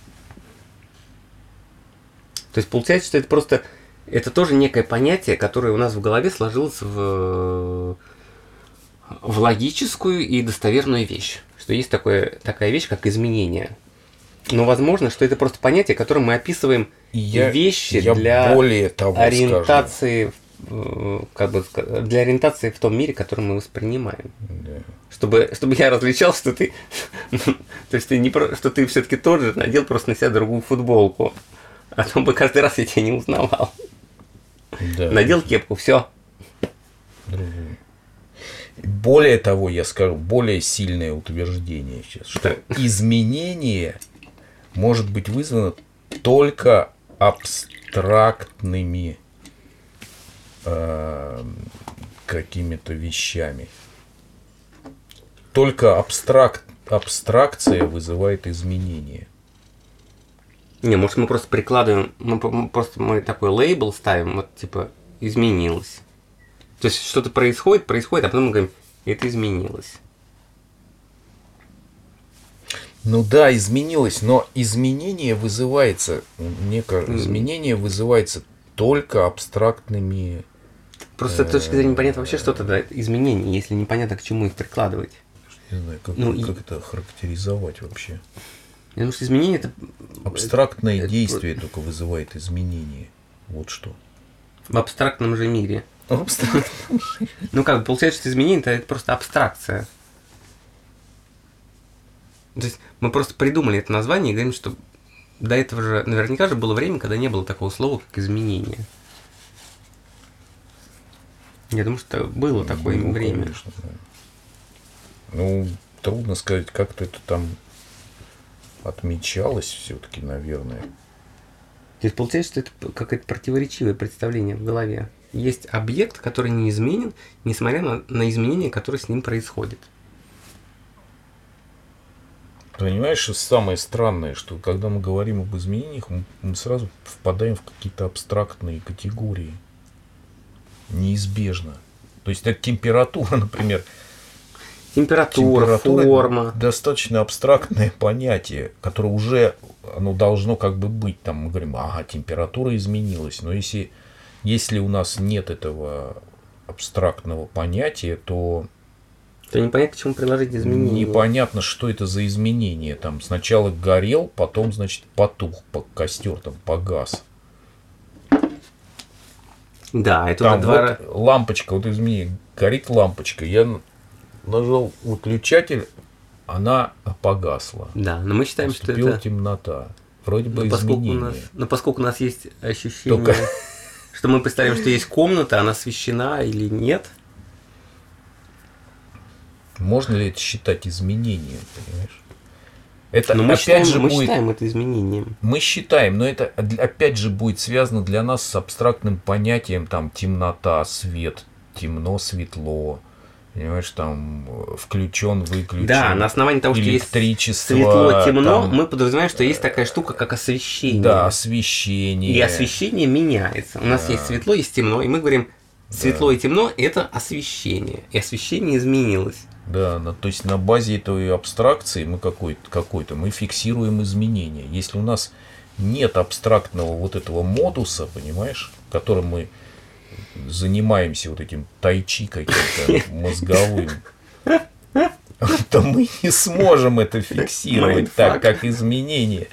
S3: То есть получается, что это просто... Это тоже некое понятие, которое у нас в голове сложилось в в логическую и достоверную вещь. Что есть такая вещь, как изменение. Но возможно, что это просто понятие, которым мы описываем вещи для
S2: более того
S3: ориентации, для ориентации в том мире, который мы воспринимаем.
S2: Да.
S3: Чтобы я различал, что ты, то есть что ты все-таки тот же, надел просто на себя другую футболку. А то бы каждый раз я тебя не узнавал.
S2: Да.
S3: Надел кепку, все.
S2: Другую. Более того, я скажу, более сильное утверждение сейчас, что изменение может быть вызвано только абстрактными какими-то вещами. Только абстракция вызывает изменение.
S3: Не, может мы просто прикладываем, мы такой лейбл ставим, вот типа изменилось. То есть что-то происходит, а потом мы говорим, это изменилось.
S2: Ну да, изменилось, но изменение вызывается, мне кажется, изменение вызывается только абстрактными.
S3: Просто с точки зрения непонятно вообще, что тогда изменение, если непонятно, к чему их прикладывать.
S2: Не знаю, как это характеризовать вообще.
S3: Я думаю, что изменение это...
S2: Абстрактное действие только вызывает изменение. Вот что.
S3: В абстрактном же мире.
S2: В абстрактном.
S3: Ну как, получается, что изменение это просто абстракция. То есть мы просто придумали это название и говорим, что до этого же наверняка же было время, когда не было такого слова, как изменение. Я думаю, что было такое время.
S2: Конечно, да. Ну, трудно сказать, как-то это там отмечалось все-таки, наверное.
S3: То есть получается, что это какое-то противоречивое представление в голове. Есть объект, который неизменен, несмотря на изменения, которые с ним происходят.
S2: Понимаешь, что самое странное, что когда мы говорим об изменениях, мы сразу впадаем в какие-то абстрактные категории. Неизбежно. То есть, это температура, например.
S3: Температура, форма.
S2: Достаточно абстрактное понятие, которое уже оно должно как бы быть. Там мы говорим, ага, температура изменилась. Но если у нас нет этого абстрактного понятия, то
S3: непонятно, к чему приложить изменения.
S2: Непонятно, что это за изменение. Там сначала горел, потом, значит, потух, костер там погас.
S3: Да, это
S2: там вот лампочка, вот изменение, горит лампочка. Я нажал выключатель, она погасла.
S3: Да, но мы считаем, что это
S2: темнота. Вроде бы изменение.
S3: Но поскольку у нас есть ощущение, что мы представим, что есть комната, она освещена или нет.
S2: Можно ли это считать изменением, понимаешь? Это
S3: но мы
S2: опять же будет...
S3: считаем это изменением.
S2: Мы считаем, но это опять же будет связано для нас с абстрактным понятием там темнота, свет, темно, светло. Понимаешь, там включен, выключен.
S3: Да, на основании того, что есть светло, темно, там, мы подразумеваем, что есть такая штука, как освещение.
S2: Да, освещение.
S3: И освещение меняется. У нас есть светло, есть темно, и мы говорим, светло и темно – это освещение. И освещение изменилось.
S2: Да, то есть на базе этой абстракции мы какой-то мы фиксируем изменения. Если у нас нет абстрактного вот этого модуса, понимаешь, которым мы занимаемся вот этим тайчи каким-то мозговым, то мы не сможем это фиксировать так, как изменение.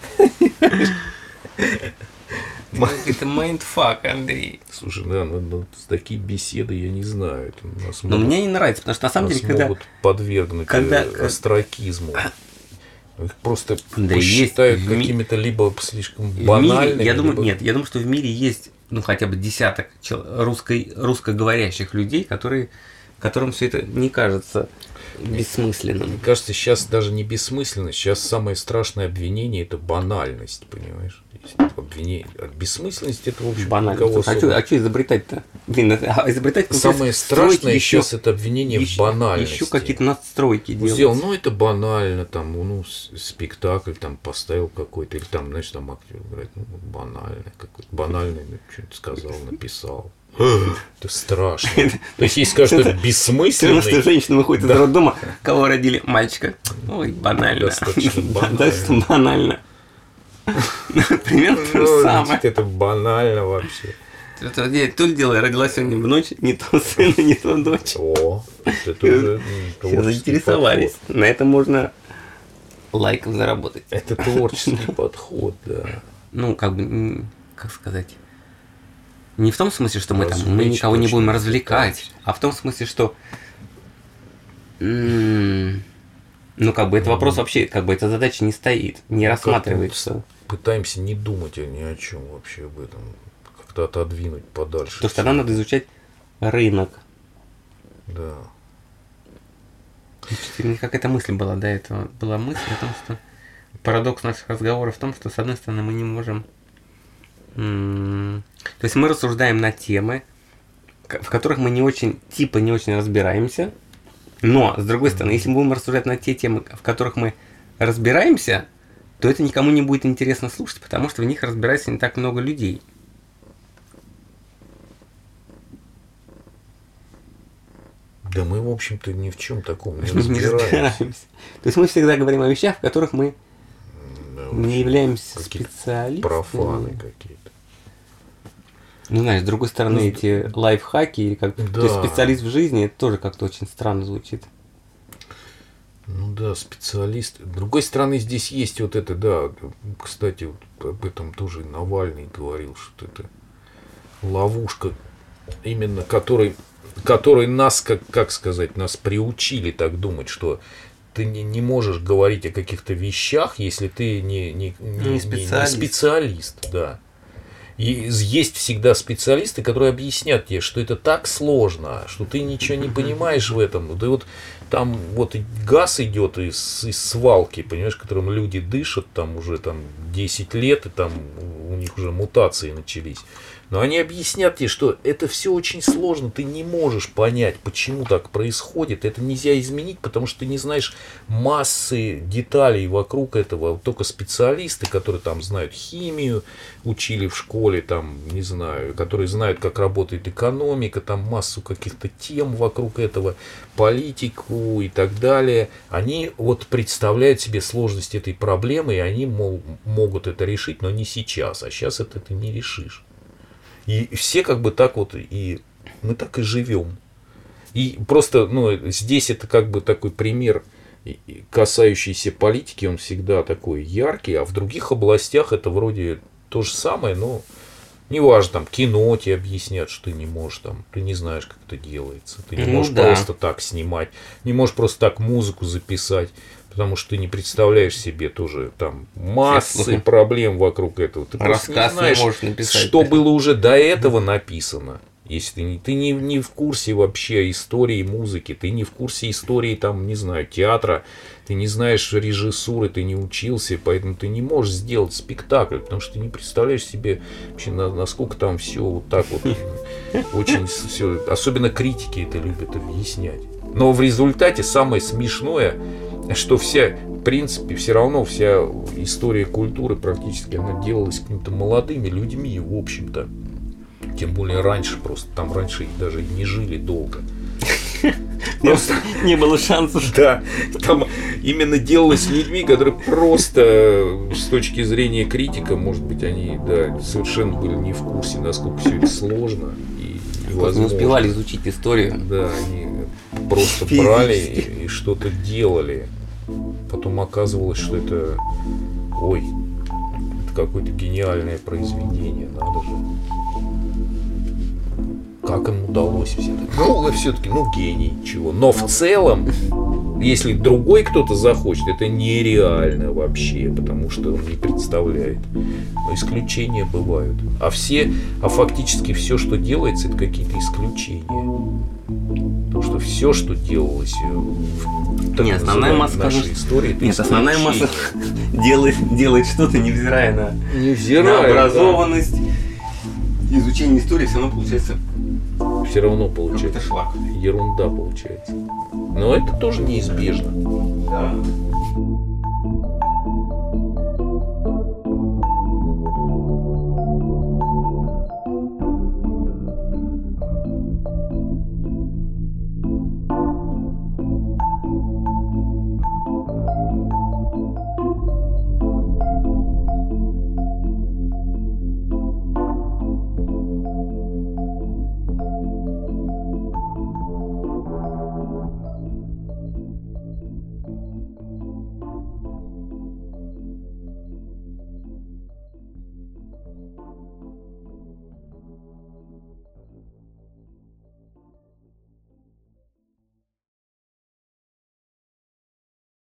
S3: Это майндфак, Андрей.
S2: Слушай, да, такие беседы я не знаю.
S3: Но мне не нравится, потому что на самом деле, когда...
S2: могут подвергнуть остракизму. Их просто считают какими-то либо слишком банальными.
S3: Я думаю, что в мире есть хотя бы десяток русскоговорящих людей, которым все это не кажется бессмысленным.
S2: Мне кажется, сейчас даже не бессмысленность, сейчас самое страшное обвинение – это банальность, понимаешь? Обвинение. Бессмысленность – это, в общем,
S3: банальность. А что изобретать-то? Изобретать
S2: самое страшное сейчас это обвинение в банальности.
S3: Еще какие-то надстройки делать.
S2: Это банально, там, спектакль там поставил какой-то, или там, знаешь, там актер играет, банально, какой-то банальный, что-то сказал, написал. Это страшно. То есть, если скажут, что это бессмысленно.
S3: Потому что женщина выходит из роддома, кого родили? Мальчика. Ой, банально.
S2: Достаточно банально.
S3: Достаточно банально. Примерно то же самое.
S2: Это банально вообще.
S3: То ли дело, родилась сегодня в ночь, не то сына, не то дочь.
S2: О, Это уже
S3: Все заинтересовались. На этом можно лайков заработать.
S2: Это творческий подход, да.
S3: Ну, как бы, как сказать, не в том смысле, что мы
S2: Развлечь
S3: никого не будем
S2: точно
S3: развлекать, а в том смысле, что, ну, как бы, этот вопрос вообще, как бы, эта задача не стоит, не рассматривается.
S2: Пытаемся не думать ни о чем вообще об этом, как-то отодвинуть подальше.
S3: Потому что тогда надо изучать рынок.
S2: Да.
S3: У меня какая-то мысль была до этого. Была мысль о том, что парадокс наших разговоров в том, что, с одной стороны, мы не можем... То есть мы рассуждаем на темы, в которых мы не очень разбираемся, но, с другой стороны, если мы будем рассуждать на те темы, в которых мы разбираемся, то это никому не будет интересно слушать, потому что в них разбирается не так много людей.
S2: Да мы, в общем-то, ни в чем таком не
S3: Не разбираемся. То есть мы всегда говорим о вещах, в которых мы не являемся специалистами.
S2: Профаны какие-то.
S3: Ну, знаешь, с другой стороны, эти лайфхаки, или как
S2: Да.
S3: ты специалист в жизни, это тоже как-то очень странно звучит.
S2: Ну да, специалист. С другой стороны, здесь есть вот это, да, кстати, вот об этом тоже Навальный говорил, что это ловушка, именно которой нас, как сказать, нас приучили так думать, что ты не можешь говорить о каких-то вещах, если ты не специалист, да. И есть всегда специалисты, которые объяснят тебе, что это так сложно, что ты ничего не понимаешь в этом. Да вот там вот газ идет из свалки, понимаешь, которым люди дышат там уже там 10 лет, и там у них уже мутации начались. Но они объяснят тебе, что это все очень сложно, ты не можешь понять, почему так происходит. Это нельзя изменить, потому что ты не знаешь массы деталей вокруг этого. Только специалисты, которые там знают химию, учили в школе, там, не знаю, которые знают, как работает экономика, там массу каких-то тем вокруг этого, политику и так далее. Они вот представляют себе сложность этой проблемы, и они, могут это решить, но не сейчас. А сейчас это ты не решишь. И все как бы так вот, и мы так и живем. И просто, здесь это как бы такой пример, касающийся политики, он всегда такой яркий, а в других областях это вроде то же самое, но неважно, там кино тебе объяснят, что ты не можешь, там, ты не знаешь, как это делается, ты не можешь просто так снимать, не можешь просто так музыку записать. Потому что ты не представляешь себе тоже там массы проблем вокруг этого. Ты просто не знаешь, написать, что было уже до этого написано. Если ты не в курсе вообще истории музыки, ты не в курсе истории, там, не знаю, театра, ты не знаешь режиссуры, ты не учился, поэтому ты не можешь сделать спектакль, потому что ты не представляешь себе вообще, насколько там все вот так вот очень все. Особенно критики это любят объяснять. Но в результате самое смешное, что в принципе, все равно вся история культуры практически, она делалась какими-то молодыми людьми, в общем-то. Тем более раньше просто, там раньше даже и не жили долго.
S3: Просто не было шансов.
S2: Да, там именно делалось людьми, которые просто с точки зрения критика, может быть, они совершенно были не в курсе, насколько все это сложно и невозможно.
S3: Не успевали изучить историю.
S2: Да, они просто брали и что-то делали. Потом оказывалось, что это какое-то гениальное произведение, надо же. Как им удалось все это? Все-таки, гений, чего. Но в целом, если другой кто-то захочет, это нереально вообще, потому что он не представляет. Но исключения бывают. А фактически все, что делается, это какие-то исключения. Потому что все, что делалось в
S3: основная масса
S2: нашей истории, это
S3: основная масса делает что-то, невзирая на образованность. Изучение истории все равно получается
S2: Это шлак. Ерунда получается. Но это тоже неизбежно.
S3: Да.